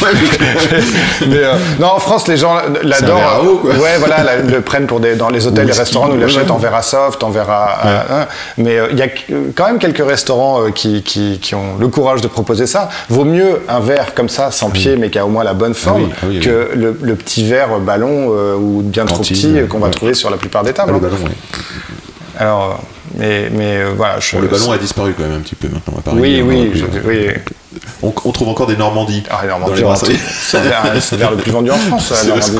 Mais non, en France, les gens l'adorent. Ouais, voilà, le prennent dans les hôtels, les restaurants, nous l'achètent en verre à soft, en verre à. Mais il y a quand même quelques restaurants qui ont le courage de proposer ça. Vaut mieux un verre comme ça, sans pied, mais qui a au moins la bonne forme, que le petit verre ballon ou bien trop petit qu'on va trouver sur la plupart des tables. Le ballon, Alors. Mais voilà. Le ballon a disparu quand même un petit peu maintenant à Paris. Oui. On trouve encore des Normandies. Les Normandies, c'est le verre le plus vendu en France. La Normandie,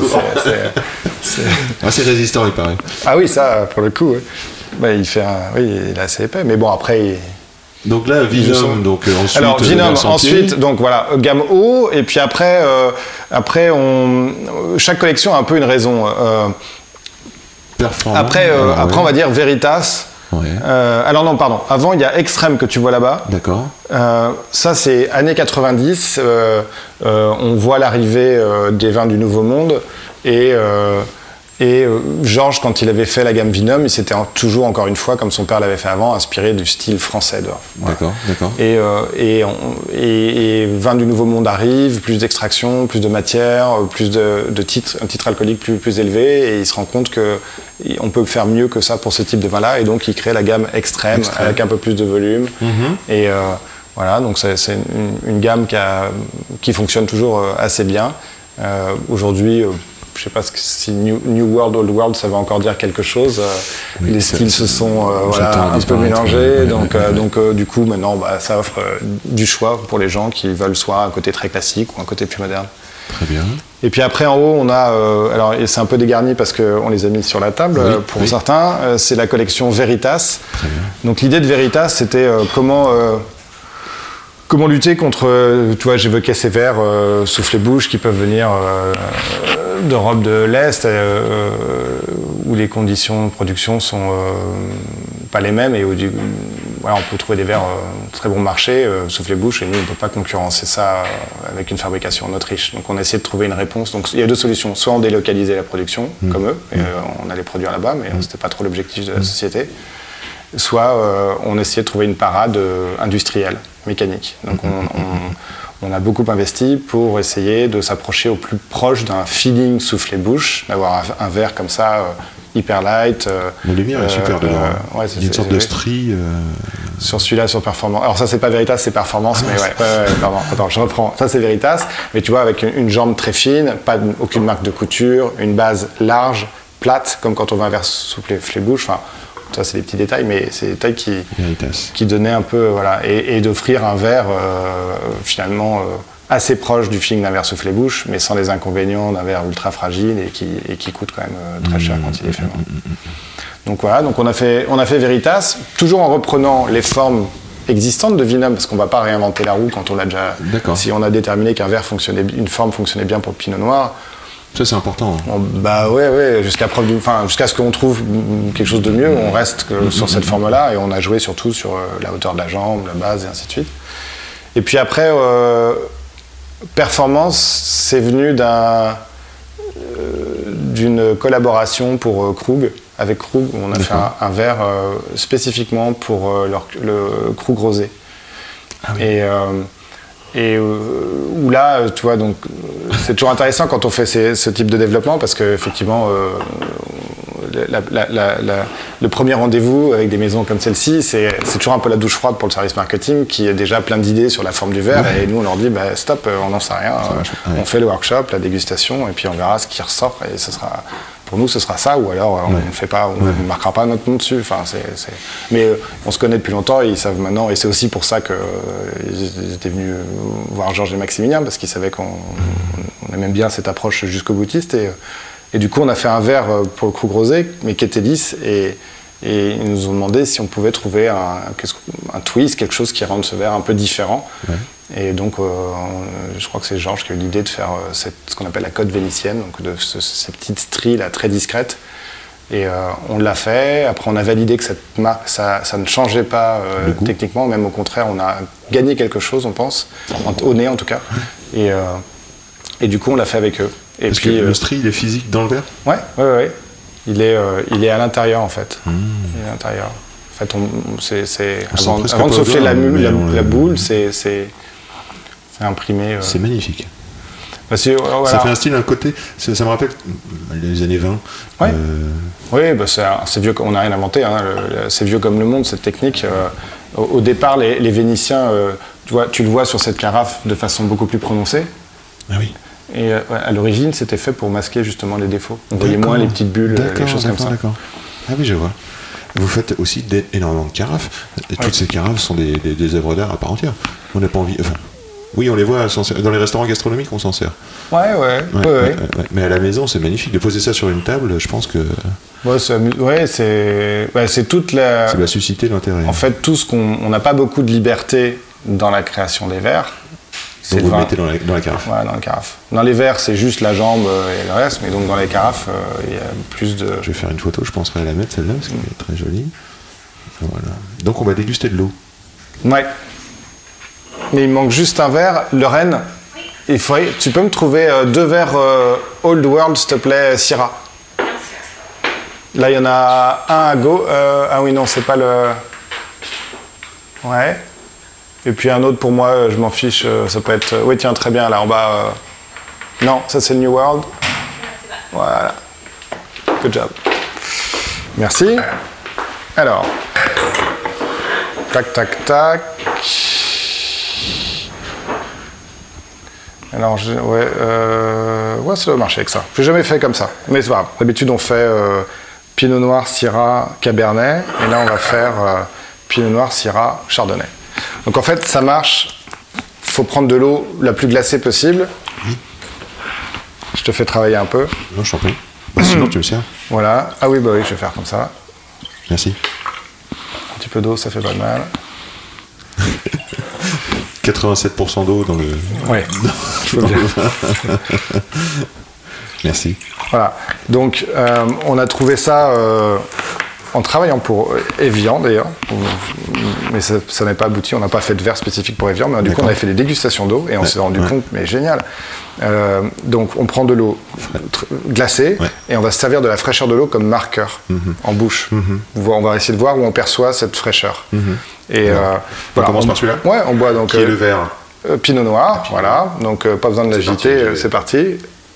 c'est résistant, il paraît. Ah oui, ça, pour le coup. Il est assez épais. Mais bon, après. Donc là, Vinum, donc ensuite. Alors Vinum, ensuite, donc voilà, gamme haut, et puis après, chaque collection a un peu une raison. Après, on va dire Veritas. Ouais. Alors non, pardon. Avant, il y a Extrême que tu vois là-bas. D'accord. Ça, c'est années 90. On voit l'arrivée des vins du Nouveau Monde. Et Georges, quand il avait fait la gamme Vinum, il s'était toujours, encore une fois, comme son père l'avait fait avant, inspiré du style français dehors. Voilà. D'accord. Et vin du Nouveau Monde arrive, plus d'extraction, plus de matière, plus de titres, un titre alcoolique plus élevé, et il se rend compte que on peut faire mieux que ça pour ce type de vin-là, et donc il crée la gamme extrême. Avec un peu plus de volume. Et voilà, donc c'est une gamme qui fonctionne toujours assez bien. Aujourd'hui, je ne sais pas si New World, Old World, ça va encore dire quelque chose. Oui, les styles se sont un peu mélangés. Donc du coup, maintenant, ça offre du choix pour les gens qui veulent soit un côté très classique ou un côté plus moderne. Très bien. Et puis après, en haut, on a... alors, et c'est un peu dégarni parce qu'on les a mis sur la table pour certains. C'est la collection Veritas. Très bien. Donc l'idée de Veritas, c'était comment lutter contre... tu vois, j'évoquais ces verres soufflés-bouche qui peuvent venir d'Europe de l'Est, où les conditions de production sont pas les mêmes et où on peut trouver des verres très bon marché, soufflés-bouche, et nous on ne peut pas concurrencer ça avec une fabrication en Autriche. Donc on a essayé de trouver une réponse. Donc il y a deux solutions. Soit on délocalisait la production, comme eux, et on allait produire là-bas, mais c'était pas trop l'objectif de la société. Soit on essayait de trouver une parade industrielle, mécanique. Donc on a beaucoup investi pour essayer de s'approcher au plus proche d'un feeling soufflé-bouche, d'avoir un verre comme ça, hyper light. La lumière est super dedans. Il y a une sorte de strie. Sur celui-là, sur Performance. Alors ça, c'est pas Veritas, c'est Performance, mais pardon, attends, je reprends. Ça, c'est Veritas, mais tu vois, avec une jambe très fine, aucune marque de couture, une base large, plate, comme quand on veut un verre soufflé-bouche. Enfin, ça, c'est des petits détails, mais c'est des détails qui donnaient un peu, voilà, et d'offrir un verre finalement assez proche du feeling d'un verre soufflé-bouche, mais sans les inconvénients d'un verre ultra fragile et qui coûte quand même très cher quand il est fait. Donc voilà, donc on a fait Veritas, toujours en reprenant les formes existantes de Vinum, parce qu'on ne va pas réinventer la roue quand on a déjà. D'accord. Si on a déterminé qu'un verre une forme fonctionnait bien pour le Pinot Noir. Ça, c'est important. Jusqu'à ce qu'on trouve quelque chose de mieux, on reste sur cette forme-là et on a joué surtout sur la hauteur de la jambe, la base et ainsi de suite. Et puis après, Performance, c'est venu d'une collaboration pour Krug. Avec Krug, on a fait un verre spécifiquement pour le Krug rosé. Ah oui. Et où là, tu vois, donc c'est toujours intéressant quand on fait ce type de développement parce qu'effectivement, le premier rendez-vous avec des maisons comme celle-ci, c'est toujours un peu la douche froide pour le service marketing qui a déjà plein d'idées sur la forme du verre. Et nous, on leur dit, stop, on n'en sait rien. On fait le workshop, la dégustation, et puis on verra ce qui ressort. Et ce sera... Pour nous, ce sera ça, ou alors on ne fait pas, on ne marquera pas notre nom dessus. Enfin, Mais on se connaît depuis longtemps et ils savent maintenant, et c'est aussi pour ça qu'ils étaient venus voir Georges et Maximilien, parce qu'ils savaient qu'on aimait bien cette approche jusqu'au boutiste. Et du coup, on a fait un verre pour le Krug rosé, mais qui était lisse, et ils nous ont demandé si on pouvait trouver un twist, quelque chose qui rende ce verre un peu différent. Ouais. Et donc, je crois que c'est Georges qui a eu l'idée de faire ce qu'on appelle la cote vénitienne, donc ces petites stries là, très discrètes. Et on l'a fait. Après, on a validé que cette marque, ça ne changeait pas techniquement. Même au contraire, on a gagné quelque chose, on pense, au nez en tout cas. Et du coup, on l'a fait avec eux. Et Parce puis, que le strie, il est physique dans le verre ? Ouais. Il est à l'intérieur, en fait. Il est à l'intérieur. En fait, avant de souffler la boule, c'est imprimé. C'est magnifique. Voilà. Ça fait un style, un côté. Ça me rappelle les années 20. Ouais. Oui, c'est vieux. On n'a rien inventé. Hein, c'est vieux comme le monde, cette technique. Au départ, les Vénitiens, tu le vois sur cette carafe de façon beaucoup plus prononcée. Ah oui. Et à l'origine, c'était fait pour masquer justement les défauts. On voyait moins les petites bulles, les choses comme ça. D'accord. Ah oui, je vois. Vous faites aussi énormément de carafes. Et toutes ces carafes sont des œuvres d'art à part entière. On n'a pas envie. Enfin, oui, on les voit dans les restaurants gastronomiques, on s'en sert. Ouais. Mais à la maison, c'est magnifique. De poser ça sur une table, je pense que. C'est toute la. Ça va susciter l'intérêt. En fait, tout ce on n'a pas beaucoup de liberté dans la création des verres. Donc vous le mettez dans la carafe. Ouais, dans la carafe. Dans les verres, c'est juste la jambe et le reste, mais donc dans les carafes, il y a plus de. Je vais faire une photo, je penserai à la mettre celle-là parce qu'elle est très jolie. Voilà. Donc on va déguster de l'eau. Ouais. Mais il me manque juste un verre. Lorraine, tu peux me trouver 2 verres Old World, s'il te plaît, Syrah. Là, il y en a un à go. Ah oui, non, c'est pas le. Ouais. Et puis un autre pour moi, je m'en fiche. Ça peut être. Oui, tiens, très bien, là en bas. Non, ça c'est le New World. Voilà. Good job. Merci. Alors, tac, tac, tac. Alors, ouais, ça doit marcher avec ça. J'ai jamais fait comme ça, mais c'est pas grave. D'habitude, on fait Pinot Noir, Syrah, Cabernet, et là, on va faire Pinot Noir, Syrah, Chardonnay. Donc, en fait, ça marche. Il faut prendre de l'eau la plus glacée possible. Je te fais travailler un peu. Non, je t'en prie. Sinon, tu me sers. Voilà. Ah oui, bah oui, je vais faire comme ça. Merci. Un petit peu d'eau, ça fait pas de mal. 87% d'eau dans le... Ouais, je peux bien. Merci. Voilà. Donc, on a trouvé ça en travaillant pour Evian, d'ailleurs. Mais ça n'a pas abouti. On n'a pas fait de verre spécifique pour Evian. Mais du coup, on avait fait des dégustations d'eau et on s'est rendu compte, mais génial. Donc, on prend de l'eau glacée et on va se servir de la fraîcheur de l'eau comme marqueur en bouche. On va essayer de voir où on perçoit cette fraîcheur. Et on commence par celui-là. Ouais, on boit donc. Qui est le vert Pinot Noir, voilà. Donc, pas besoin de l'agiter. C'est parti.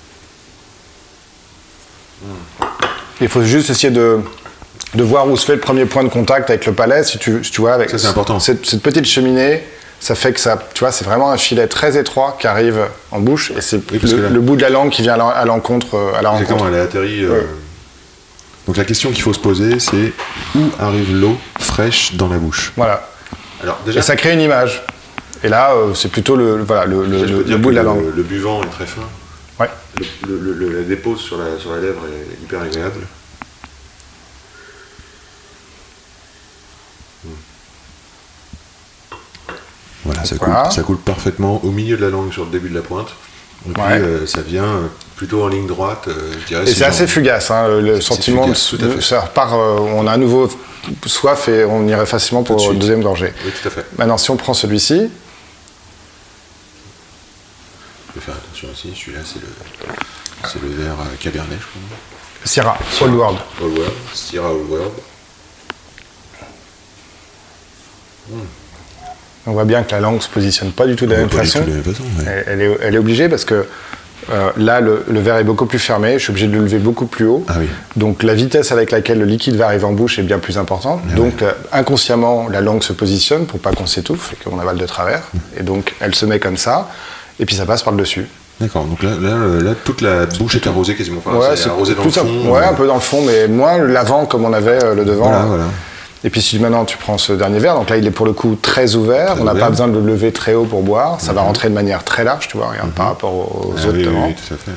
Il faut juste essayer de voir où se fait le premier point de contact avec le palais. Si tu vois, avec ça, c'est important. Cette petite cheminée, ça fait que ça, tu vois, c'est vraiment un filet très étroit qui arrive en bouche et c'est le bout de la langue qui vient à l'encontre. Exactement, elle a atterri. Donc la question qu'il faut se poser, c'est où arrive l'eau fraîche dans la bouche. Voilà. Alors, déjà, et ça crée une image. Et là, c'est plutôt le bout de la langue. Le buvant est très fin. Ouais. La dépose sur la lèvre est hyper agréable. Voilà, ça coule parfaitement au milieu de la langue sur le début de la pointe. Et puis ça vient plutôt en ligne droite, je dirais. Et c'est assez fugace, hein, le sentiment. Ça repart, on a à nouveau soif et on irait facilement pour une deuxième gorgée. Oui, tout à fait. Maintenant, si on prend celui-ci. Je vais faire attention aussi, celui-là c'est le verre Cabernet, je crois. Syrah, Old World. Old World, Syrah Old World. On voit bien que la langue ne se positionne pas du tout de la même façon. Elle est obligée parce que là, le verre est beaucoup plus fermé, je suis obligé de le lever beaucoup plus haut. Ah oui. Donc la vitesse avec laquelle le liquide va arriver en bouche est bien plus importante. Donc inconsciemment, la langue se positionne pour pas qu'on s'étouffe et qu'on avale de travers. Et donc elle se met comme ça, et puis ça passe par le dessus. D'accord, donc là, toute la bouche est arrosée quasiment. Enfin, ouais, c'est arrosé dans le fond. Ouais, un peu dans le fond, mais moins l'avant comme on avait le devant. Voilà. Et puis si maintenant tu prends ce dernier verre, donc là il est pour le coup très ouvert, on n'a pas besoin de le lever très haut pour boire, ça va rentrer de manière très large, tu vois, regarde, par rapport aux autres devant. Oui, tout à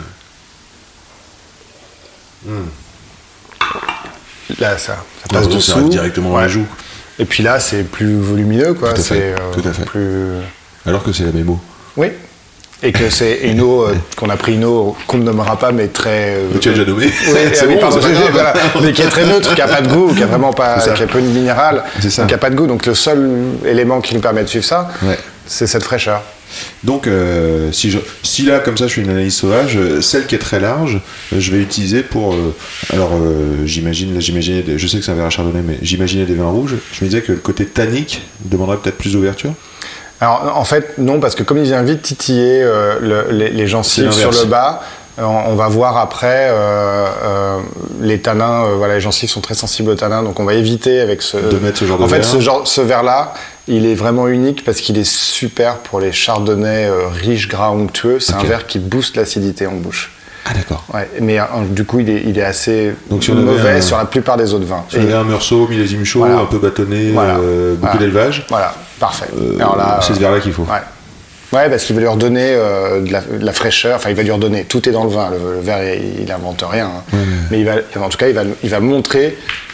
fait. Là ça passe dessous. Ça arrive directement dans la joue. Et puis là c'est plus volumineux, quoi. Tout à fait. Alors que c'est la même eau. Oui. Et que c'est une eau qu'on a pris une eau qu'on ne nommera pas, mais très. Tu as déjà nommé. Oui, voilà, mais qui est très neutre, qui a pas de goût, qui a vraiment pas, qui a peu de minéral, qui a pas de goût. Donc le seul élément qui nous permet de suivre ça, c'est cette fraîcheur. Donc si là comme ça je fais une analyse sauvage, celle qui est très large, je vais utiliser pour. J'imaginais, je sais que c'est un verre à chardonnay, mais j'imaginais des vins rouges. Je me disais que le côté tannique demanderait peut-être plus d'ouverture. Alors en fait non, parce que comme il vient vite titiller les gencives sur le bas, on va voir après les tanins. Les gencives sont très sensibles aux tanins, donc on va éviter avec de mettre ce genre de verre. En fait, ce verre-là, il est vraiment unique parce qu'il est super pour les chardonnays riches, gras, onctueux. C'est un verre qui booste l'acidité en bouche. Ah d'accord. Ouais, mais du coup, il est assez mauvais sur la plupart des autres vins. Si on avait un Meursault, millésime chaud, un peu bâtonné, beaucoup d'élevage. Voilà, parfait. Alors là, c'est ce verre-là qu'il faut. Ouais, parce qu'il va lui redonner de la fraîcheur. Enfin, il va lui redonner. Tout est dans le vin. Le verre, il n'invente rien. Hein. Mais en tout cas, il va montrer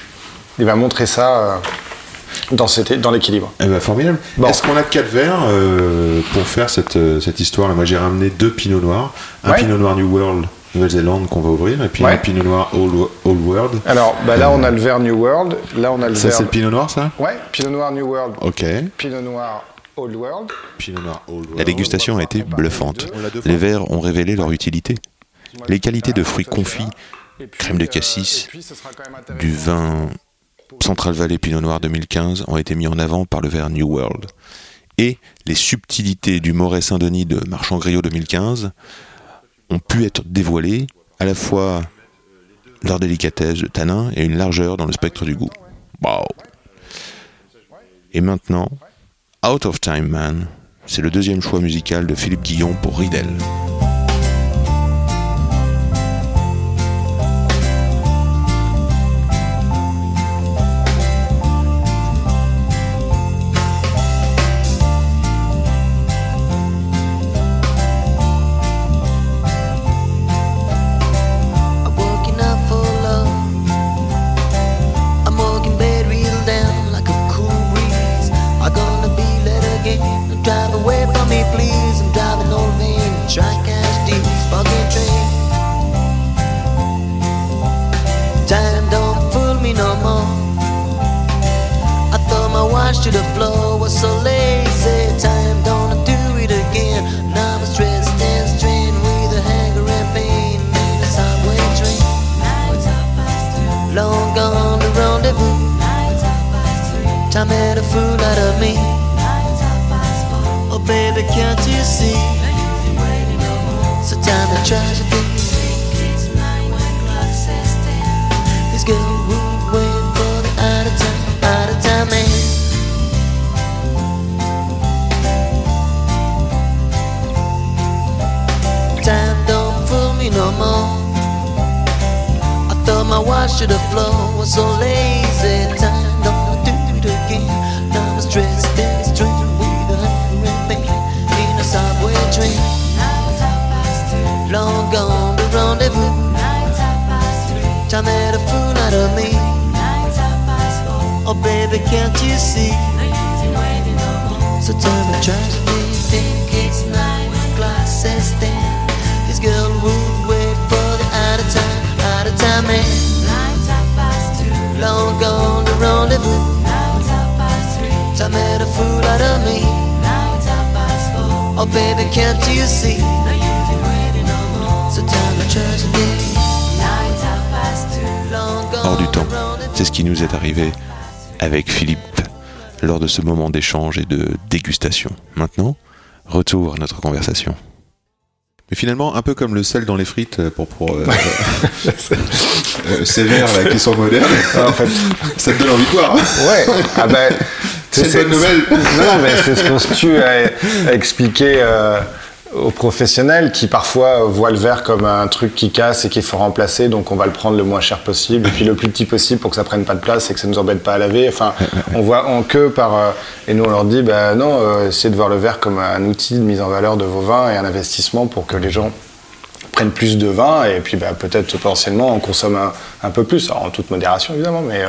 ça dans l'équilibre. Eh ben, formidable. Bon. Est-ce qu'on a 4 verres pour faire cette histoire là? Moi, j'ai ramené 2 Pinot Noirs. Un Pinot Noir New World, Nouvelle-Zélande, qu'on va ouvrir, et puis un Pinot Noir Old World. Alors, là, on a le verre New World. Là, on a le ça, c'est le Pinot Noir, ça? Ouais, Pinot Noir New World. Ok. Pinot Noir Old World. La dégustation a été bluffante. Les verres ont révélé leur utilité. Les qualités de fruits confits, crème de cassis, du vin Central Valley Pinot Noir 2015 ont été mis en avant par le verre New World. Et les subtilités du Moret Saint-Denis de Marchand Griot 2015 ont pu être dévoilées, à la fois leur délicatesse de tanin et une largeur dans le spectre du goût. Wow. Et maintenant, Out of Time Man, c'est le deuxième choix musical de Philippe Guillon pour Riedel. To the floor was so lazy. Time don't do it again. Now I'm stressed and strained with a hanger and pain in a subway train. Long gone the rendezvous. Time made a fool out of me. Oh baby, can't you see? So time to tragedy. This girl would wait for the out of time man. Time don't fool me no more. I thought my watch to the floor was so lazy. Time don't do it again. Now I'm stressed and strained with a hunger and pain in a subway train. Long gone the rendezvous. Time made a fool out of me. Oh baby, can't you see? So tell me, try to think it's 9 o'clock, says then. This girl would wait for the out of time man. Long gone the rendezvous. Time made a fool out of me. Oh baby, can't you see? So tell me, try to think. Hors du temps, c'est ce qui nous est arrivé avec Philippe lors de ce moment d'échange et de dégustation. Maintenant, retour à notre conversation. Mais finalement, un peu comme le sel dans les frites pour ces verres là qui sont modernes, en fait, ça te donne envie de boire. Ouais, ah ben, c'est une bonne nouvelle. Non, mais c'est ce qu'on se tue à expliquer aux professionnels qui parfois voient le verre comme un truc qui casse et qu'il faut remplacer, donc on va le prendre le moins cher possible et puis le plus petit possible pour que ça prenne pas de place et que ça nous embête pas à laver. Enfin, on voit en queue et nous on leur dit non, essayez de voir le verre comme un outil de mise en valeur de vos vins et un investissement pour que les gens prennent plus de vin et puis peut-être potentiellement on consomme un peu plus, alors en toute modération évidemment, mais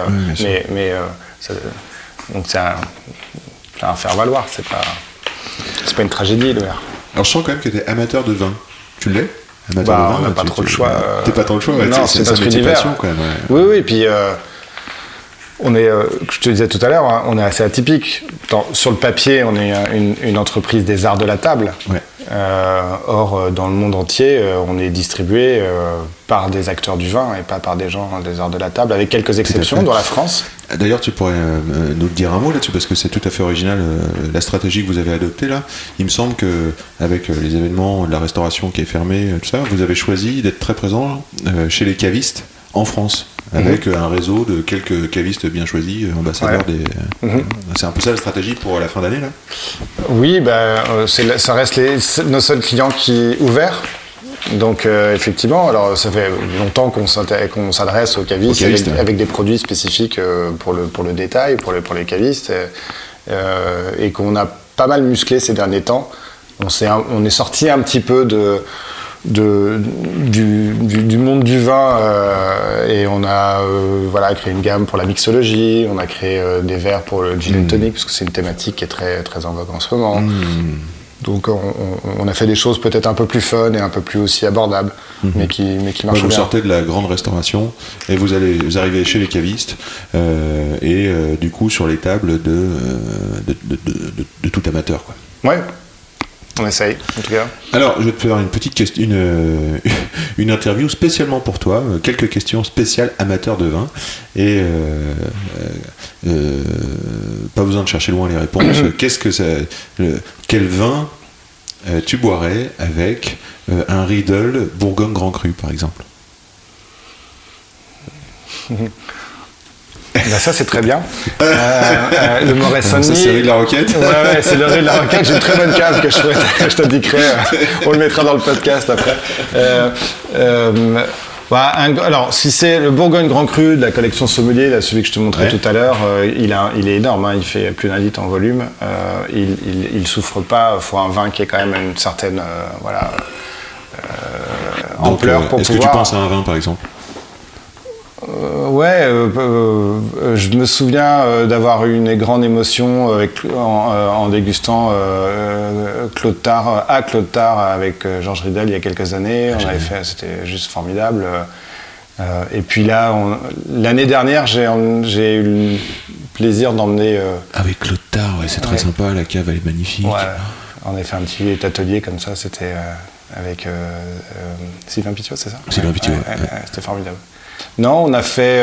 donc c'est un faire valoir, c'est pas une tragédie le verre. Alors je sens quand même que tu es amateur de vin. Tu l'es? Amateur de vin, on n'a pas trop le choix. T'es pas trop le choix, ouais. Non, c'est notre univers. Quand même, ouais. Oui, puis on est, je te disais tout à l'heure, on est assez atypique. Sur le papier, on est une entreprise des arts de la table. Ouais. Or, dans le monde entier, on est distribué par des acteurs du vin et pas par des gens des arts de la table, avec quelques exceptions, dans la France. D'ailleurs, tu pourrais nous dire un mot là-dessus, parce que c'est tout à fait original, la stratégie que vous avez adoptée là. Il me semble qu'avec les événements, la restauration qui est fermée, tout ça, vous avez choisi d'être très présent chez les cavistes en France, avec un réseau de quelques cavistes bien choisis, ambassadeurs des... C'est un peu ça la stratégie pour la fin d'année là? Oui, ça reste nos seuls clients ouverts. Donc effectivement, alors ça fait longtemps qu'on s'adresse aux cavistes, avec des produits spécifiques pour le détail, pour les cavistes, et qu'on a pas mal musclé ces derniers temps. On est sorti un petit peu du monde du vin et on a créé une gamme pour la mixologie, on a créé des verres pour le gin and tonic parce que c'est une thématique qui est très, très en vogue en ce moment. Donc on a fait des choses peut-être un peu plus fun et un peu plus aussi abordables, mais qui marchent bien. Vous sortez de la grande restauration et vous arrivez chez les cavistes et du coup sur les tables de tout amateur, quoi. Ouais. On essaye, en tout cas. Alors, je vais te faire une petite question, une interview spécialement pour toi, quelques questions spéciales amateurs de vin, et pas besoin de chercher loin les réponses. Quel vin tu boirais avec un Riedel Bourgogne Grand Cru, par exemple? Ben ça, c'est très bien. Le Morrison. Ça, c'est rue de la Roquette. Ouais, c'est le rue de la Roquette. J'ai une très bonne cave que je t'indiquerai. On le mettra dans le podcast après. Alors, si c'est le Bourgogne Grand Cru de la collection Sommelier, là, celui que je te montrais tout à l'heure, il est énorme. Il fait plus d'un litre en volume. Il souffre pas. Il faut un vin qui ait quand même une certaine ampleur pour pouvoir. Est-ce que tu penses à un vin, par exemple? Je me souviens d'avoir eu une grande émotion en dégustant Claude Tard avec Georges Ridel il y a quelques années. C'était juste formidable. Et puis là, l'année dernière, j'ai eu le plaisir d'emmener. Avec Claude Tard, c'est très sympa. La cave, elle est magnifique. Ouais, on a fait un petit atelier comme ça. C'était avec Sylvain Pitiot, c'est ça? Sylvain Pitiot. C'était formidable. Non, on a fait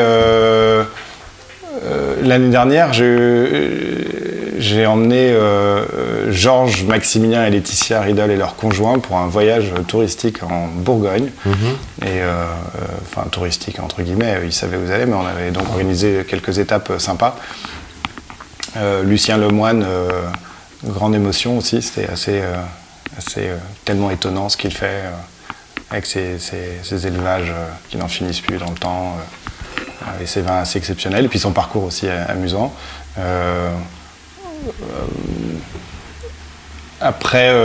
l'année dernière, j'ai emmené Georges, Maximilien et Laetitia Ridel et leurs conjoints pour un voyage touristique en Bourgogne. Et enfin touristique entre guillemets, ils savaient où ils allaient, mais on avait donc organisé quelques étapes sympas. Lucien Lemoine, grande émotion aussi, c'était assez tellement étonnant ce qu'il fait. Avec ces élevages qui n'en finissent plus dans le temps, et ses vins assez exceptionnels, et puis son parcours aussi amusant. Après,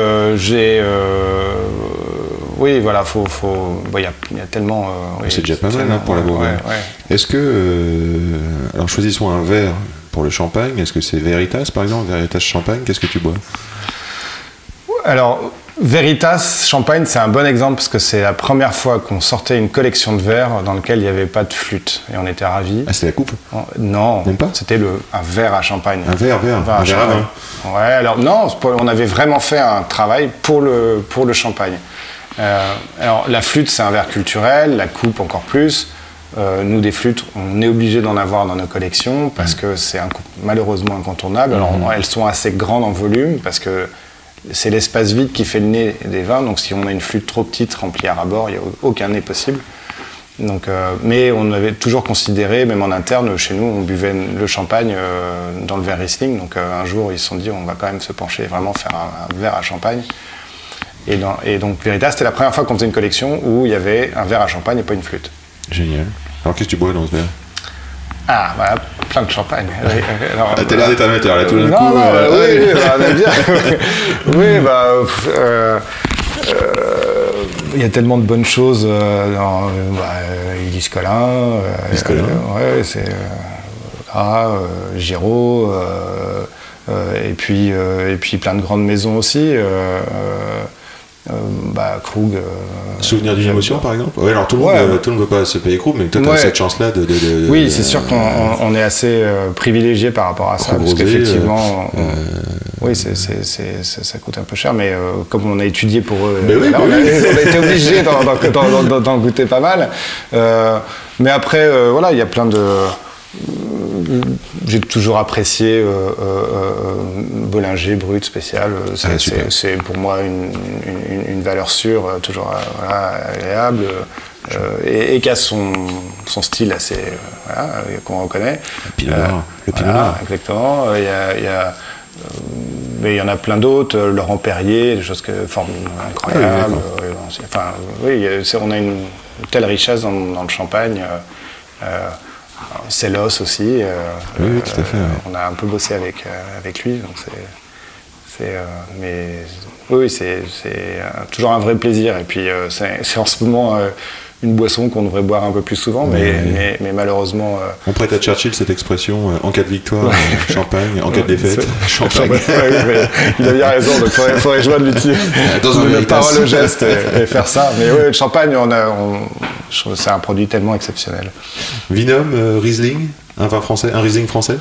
oui, voilà, il y a tellement... c'est déjà pas mal pour la Bourgogne. Est-ce que... alors choisissons un verre pour le champagne. Est-ce que c'est Veritas, par exemple? Veritas Champagne, qu'est-ce que tu bois? Alors... Veritas Champagne, c'est un bon exemple parce que c'est la première fois qu'on sortait une collection de verres dans lequel il n'y avait pas de flûte et on était ravis. Ah, c'était la coupe? Non, même pas. C'était un verre à champagne. Un verre à champagne. Ouais, alors non, on avait vraiment fait un travail pour le champagne. Alors la flûte, c'est un verre culturel, la coupe encore plus. Nous, des flûtes, on est obligé d'en avoir dans nos collections parce que c'est malheureusement incontournable. Alors elles sont assez grandes en volume parce que c'est l'espace vide qui fait le nez des vins, donc si on a une flûte trop petite remplie à ras-bord, il n'y a aucun nez possible. Donc, mais on avait toujours considéré, même en interne, chez nous, on buvait le champagne dans le verre Riesling, donc un jour ils se sont dit on va quand même se pencher, vraiment faire un verre à champagne. Et donc Veritas, c'était la première fois qu'on faisait une collection où il y avait un verre à champagne et pas une flûte. Génial. Alors qu'est-ce que tu bois dans ce verre? Ah, voilà, plein de champagne. Alors, t'as l'air d'être amateur là tout d'un coup. Oui, on aime bien. Oui, il y a tellement de bonnes choses dans Ulysse Collin. Ouais, c'est Giraud, et puis plein de grandes maisons aussi. Krug. Souvenir d'une émotion, par exemple? Oui, alors tout le monde ne veut pas se payer Krug, mais toi, tu as cette chance-là de. Oui, c'est sûr qu'on est assez privilégié par rapport à ça, parce qu'effectivement, oui, ça coûte un peu cher, mais comme on a étudié pour eux, on a été obligé d'en goûter pas mal. Mais après, voilà, il y a plein de. J'ai toujours apprécié Bollinger Brut spécial. C'est pour moi une valeur sûre, toujours agréable, et qui a son style assez qu'on reconnaît. Le Pinot Noir. Exactement. Mais il y en a plein d'autres. Laurent Perrier, des choses incroyables. On a une telle richesse dans le champagne. Célos aussi. Oui, tout à fait. On a un peu bossé avec lui, donc mais oui, c'est toujours un vrai plaisir. Et puis c'est en ce moment une boisson qu'on devrait boire un peu plus souvent, mais malheureusement. On prête à Churchill cette expression en cas de victoire, champagne, en cas de défaite, champagne. Il a bien raison, donc il faudrait joindre l'utile de notre parole au geste et faire ça. Mais oui, le champagne, je trouve que c'est un produit tellement exceptionnel. Vinum, Riesling, un vin français, un Riesling français?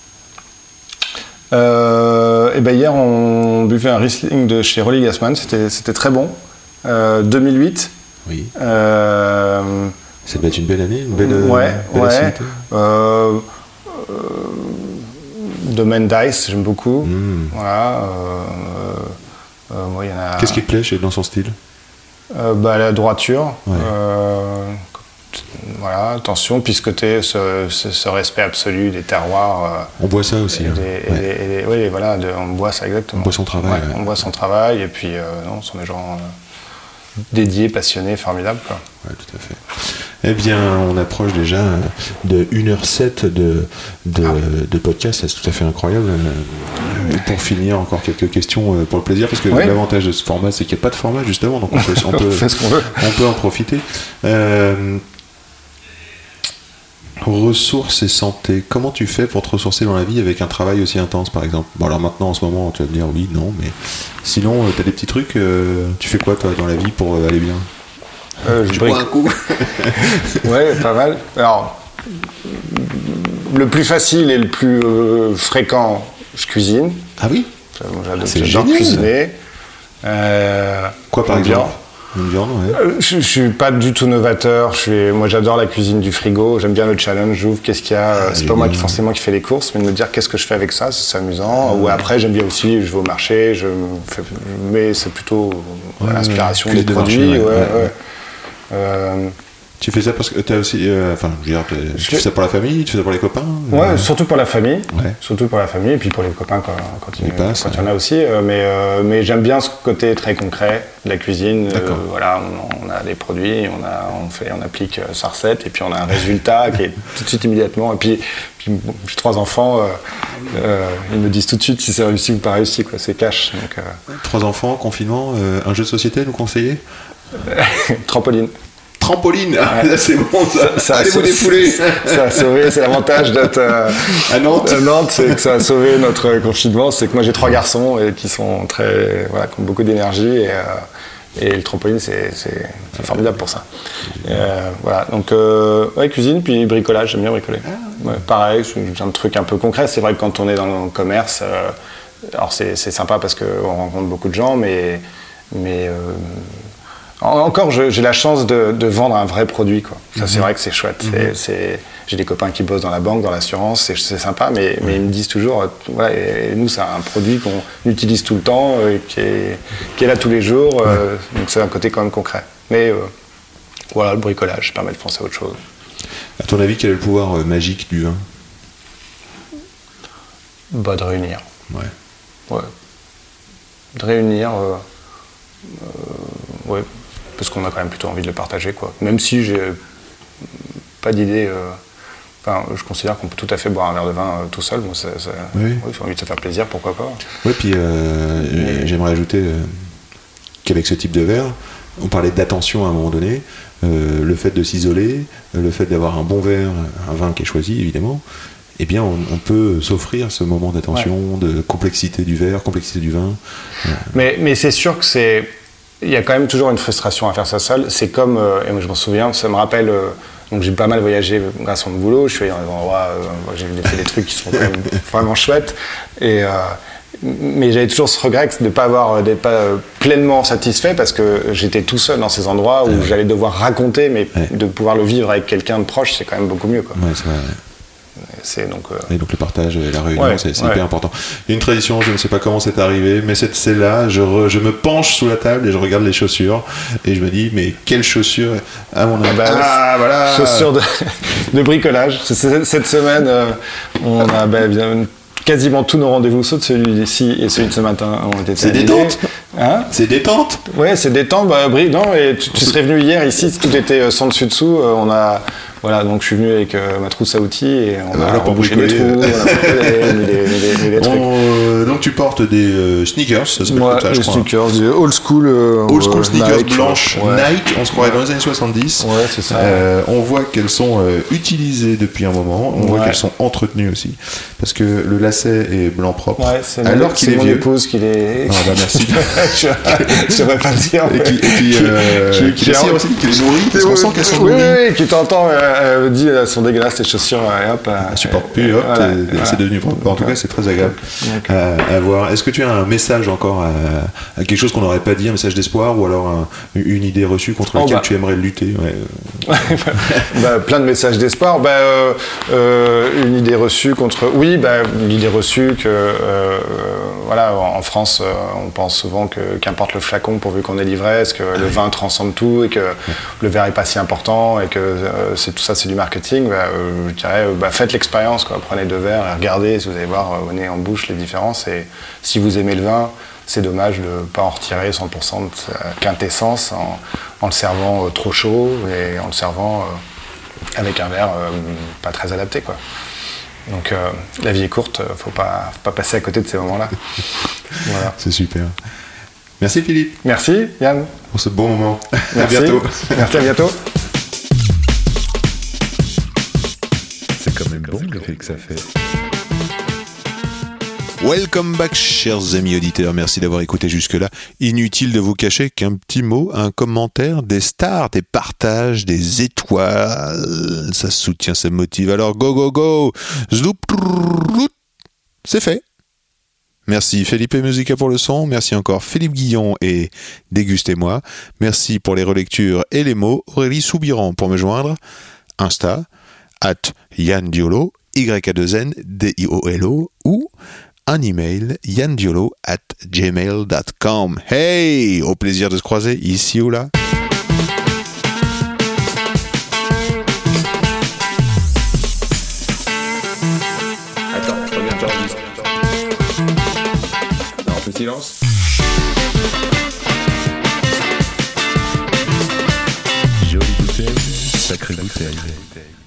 Hier, on buvait un Riesling de chez Rolly Gassmann, c'était très bon. 2008. Oui. Ça doit être une belle année, une belle acidité. Domaine Dice, j'aime beaucoup. Voilà. Y en a... Qu'est-ce qui te plaît dans son style? La droiture. voilà, attention, puis ce côté, ce respect absolu des terroirs. On boit ça aussi. Hein. Oui, voilà, on boit ça exactement. On boit son travail. Ouais, on boit son travail, et puis non, ce sont des gens dédiés, passionnés, formidables, quoi. Ouais, tout à fait. Eh bien, on approche déjà de 1h07 de podcast, c'est tout à fait incroyable. Pour finir, encore quelques questions pour le plaisir, parce que l'avantage de ce format, c'est qu'il n'y a pas de format, justement, donc on peut fait ce qu'on veut. On peut en profiter. Ressources et santé, comment tu fais pour te ressourcer dans la vie avec un travail aussi intense, par exemple? Bon, alors maintenant, en ce moment, tu vas me dire oui, non, mais sinon, tu as des petits trucs, tu fais quoi, toi, dans la vie pour aller bien? Je bois un coup. Ouais, pas mal. Alors, le plus facile et le plus fréquent, je cuisine. Ah oui? J'adore cuisiner. Quoi, par exemple? Une viande, ouais. Je suis pas du tout novateur. Moi, j'adore la cuisine du frigo. J'aime bien le challenge. J'ouvre qu'est-ce qu'il y a. C'est pas moi forcément qui fais les courses, mais de me dire qu'est-ce que je fais avec ça, c'est amusant. Ou après, j'aime bien aussi. Je vais au marché. Mais c'est plutôt l'inspiration des produits. Tu fais ça parce que tu as aussi. Enfin, je veux dire, tu fais ça pour la famille, tu fais ça pour les copains? Ouais, surtout pour la famille. Ouais. Surtout pour la famille, et puis pour les copains quand il y en a aussi. Mais j'aime bien ce côté très concret de la cuisine. Voilà, on a des produits, on applique sa recette, et puis on a un résultat qui est tout de suite immédiatement. Et puis j'ai 3 enfants, ils me disent tout de suite si c'est réussi ou pas réussi, quoi. C'est cash. Donc, 3 enfants, confinement, un jeu de société, nous conseiller? Trampoline. Trampoline, là c'est bon, ça allez vous défouler. Ça a sauvé, c'est l'avantage d'être à Nantes. C'est que ça a sauvé notre confinement. C'est que moi j'ai 3 garçons et qui sont qui ont beaucoup d'énergie, et le trampoline c'est formidable pour ça. Voilà, donc cuisine, puis bricolage, j'aime bien bricoler. Pareil, c'est un truc un peu concret. C'est vrai que quand on est dans le commerce, alors c'est sympa parce qu'on rencontre beaucoup de gens, mais encore, j'ai la chance de vendre un vrai produit, quoi. Ça, c'est vrai que c'est chouette. J'ai des copains qui bossent dans la banque, dans l'assurance, c'est sympa, mais ils me disent toujours, voilà, et nous, c'est un produit qu'on utilise tout le temps, qui est là tous les jours, donc c'est un côté quand même concret. Mais voilà, le bricolage permet de penser à autre chose. À ton avis, quel est le pouvoir magique du vin? De réunir. Ouais. De réunir, parce qu'on a quand même plutôt envie de le partager, quoi. Même si j'ai pas d'idée. Je considère qu'on peut tout à fait boire un verre de vin tout seul. Moi, j'ai envie de se faire plaisir, pourquoi pas. Oui, puis j'aimerais ajouter qu'avec ce type de verre, on parlait d'attention à un moment donné, le fait de s'isoler, le fait d'avoir un bon verre, un vin qui est choisi évidemment, eh bien on peut s'offrir ce moment d'attention, de complexité du verre, complexité du vin. Mais c'est sûr que il y a quand même toujours une frustration à faire ça seul. C'est comme, et moi je m'en souviens, ça me rappelle, donc j'ai pas mal voyagé grâce à mon boulot, je suis allé dans des endroits, j'ai fait des trucs qui sont quand même vraiment chouettes, mais j'avais toujours ce regret d'être pas pleinement satisfait parce que j'étais tout seul dans ces endroits où j'allais devoir raconter, mais de pouvoir le vivre avec quelqu'un de proche, c'est quand même beaucoup mieux, quoi. Ouais, c'est vrai. Et donc le partage et la réunion, c'est hyper important. Il y a une tradition, je ne sais pas comment c'est arrivé, mais c'est là, je me penche sous la table et je regarde les chaussures et je me dis, mais quelles chaussures à mon avis? Voilà. Chaussures de bricolage. Cette semaine, on a quasiment tous nos rendez-vous, sauf celui d'ici et celui de ce matin, ont été C'est détente. C'est détente. Ouais, c'est détente. Non, et tu serais venu hier ici, tout était sans dessus dessous. Voilà, donc je suis venu avec ma trousse à outils et on a embauché des trous, on a mis des trucs. Donc tu portes des sneakers, ça s'appelle comme ça, je crois. Sneakers, des old school sneakers Nike, blanches Nike, on se croirait dans les années 70. Ouais, c'est ça. On voit qu'elles sont utilisées depuis un moment, on voit qu'elles sont entretenues aussi, parce que le lacet est blanc propre, alors qu'il est mon vieux. Épouse qui les... merci. Je devrais pas le dire. Et qui les cire aussi, qui les nourrit, parce qu'on sent qu'elles sont nourries. Oui, qui t'entend... Elle dit elles sont dégueulasses tes chaussures, et hop. Elle supporte plus, hop, c'est devenu propre. En tout cas, c'est très agréable. à voir. Est-ce que tu as un message encore à quelque chose qu'on n'aurait pas dit, un message d'espoir, ou alors une idée reçue contre laquelle tu aimerais lutter? Plein de messages d'espoir. Une idée reçue contre... Oui, une idée reçue que... voilà, en France, on pense souvent que qu'importe le flacon pourvu qu'on ait l'ivresse, que le vin transcende tout et que le verre est pas si important et que tout ça c'est du marketing. Je dirais, faites l'expérience, quoi. Prenez 2 verres et regardez, si vous allez voir au nez en bouche les différences. Et si vous aimez le vin, c'est dommage de ne pas en retirer 100% de sa quintessence en le servant trop chaud et en le servant avec un verre pas très adapté, quoi. Donc la vie est courte, faut pas passer à côté de ces moments-là. Voilà. C'est super. Merci Philippe. Merci Yann. Pour ce bon moment. Merci. À bientôt. Merci, à bientôt. C'est quand même bon l'effet que ça fait. Welcome back, chers amis auditeurs. Merci d'avoir écouté jusque-là. Inutile de vous cacher qu'un petit mot, un commentaire, des stars, des partages, des étoiles, ça soutient, ça motive. Alors go, go, go. Zloup, c'est fait. Merci Felipe Musica pour le son. Merci encore Philippe Guillon et Dégustez-moi. Merci pour les relectures et les mots. Aurélie Soubiran pour me joindre. Insta, @YannDiolo, YA2NDIOLO, ou un email yandiolo@gmail.com. Hey, au plaisir de se croiser ici ou là. Attends, reviens, j'enregistre. Non, on fait silence. Jolie bouteille, sacrée bouteille.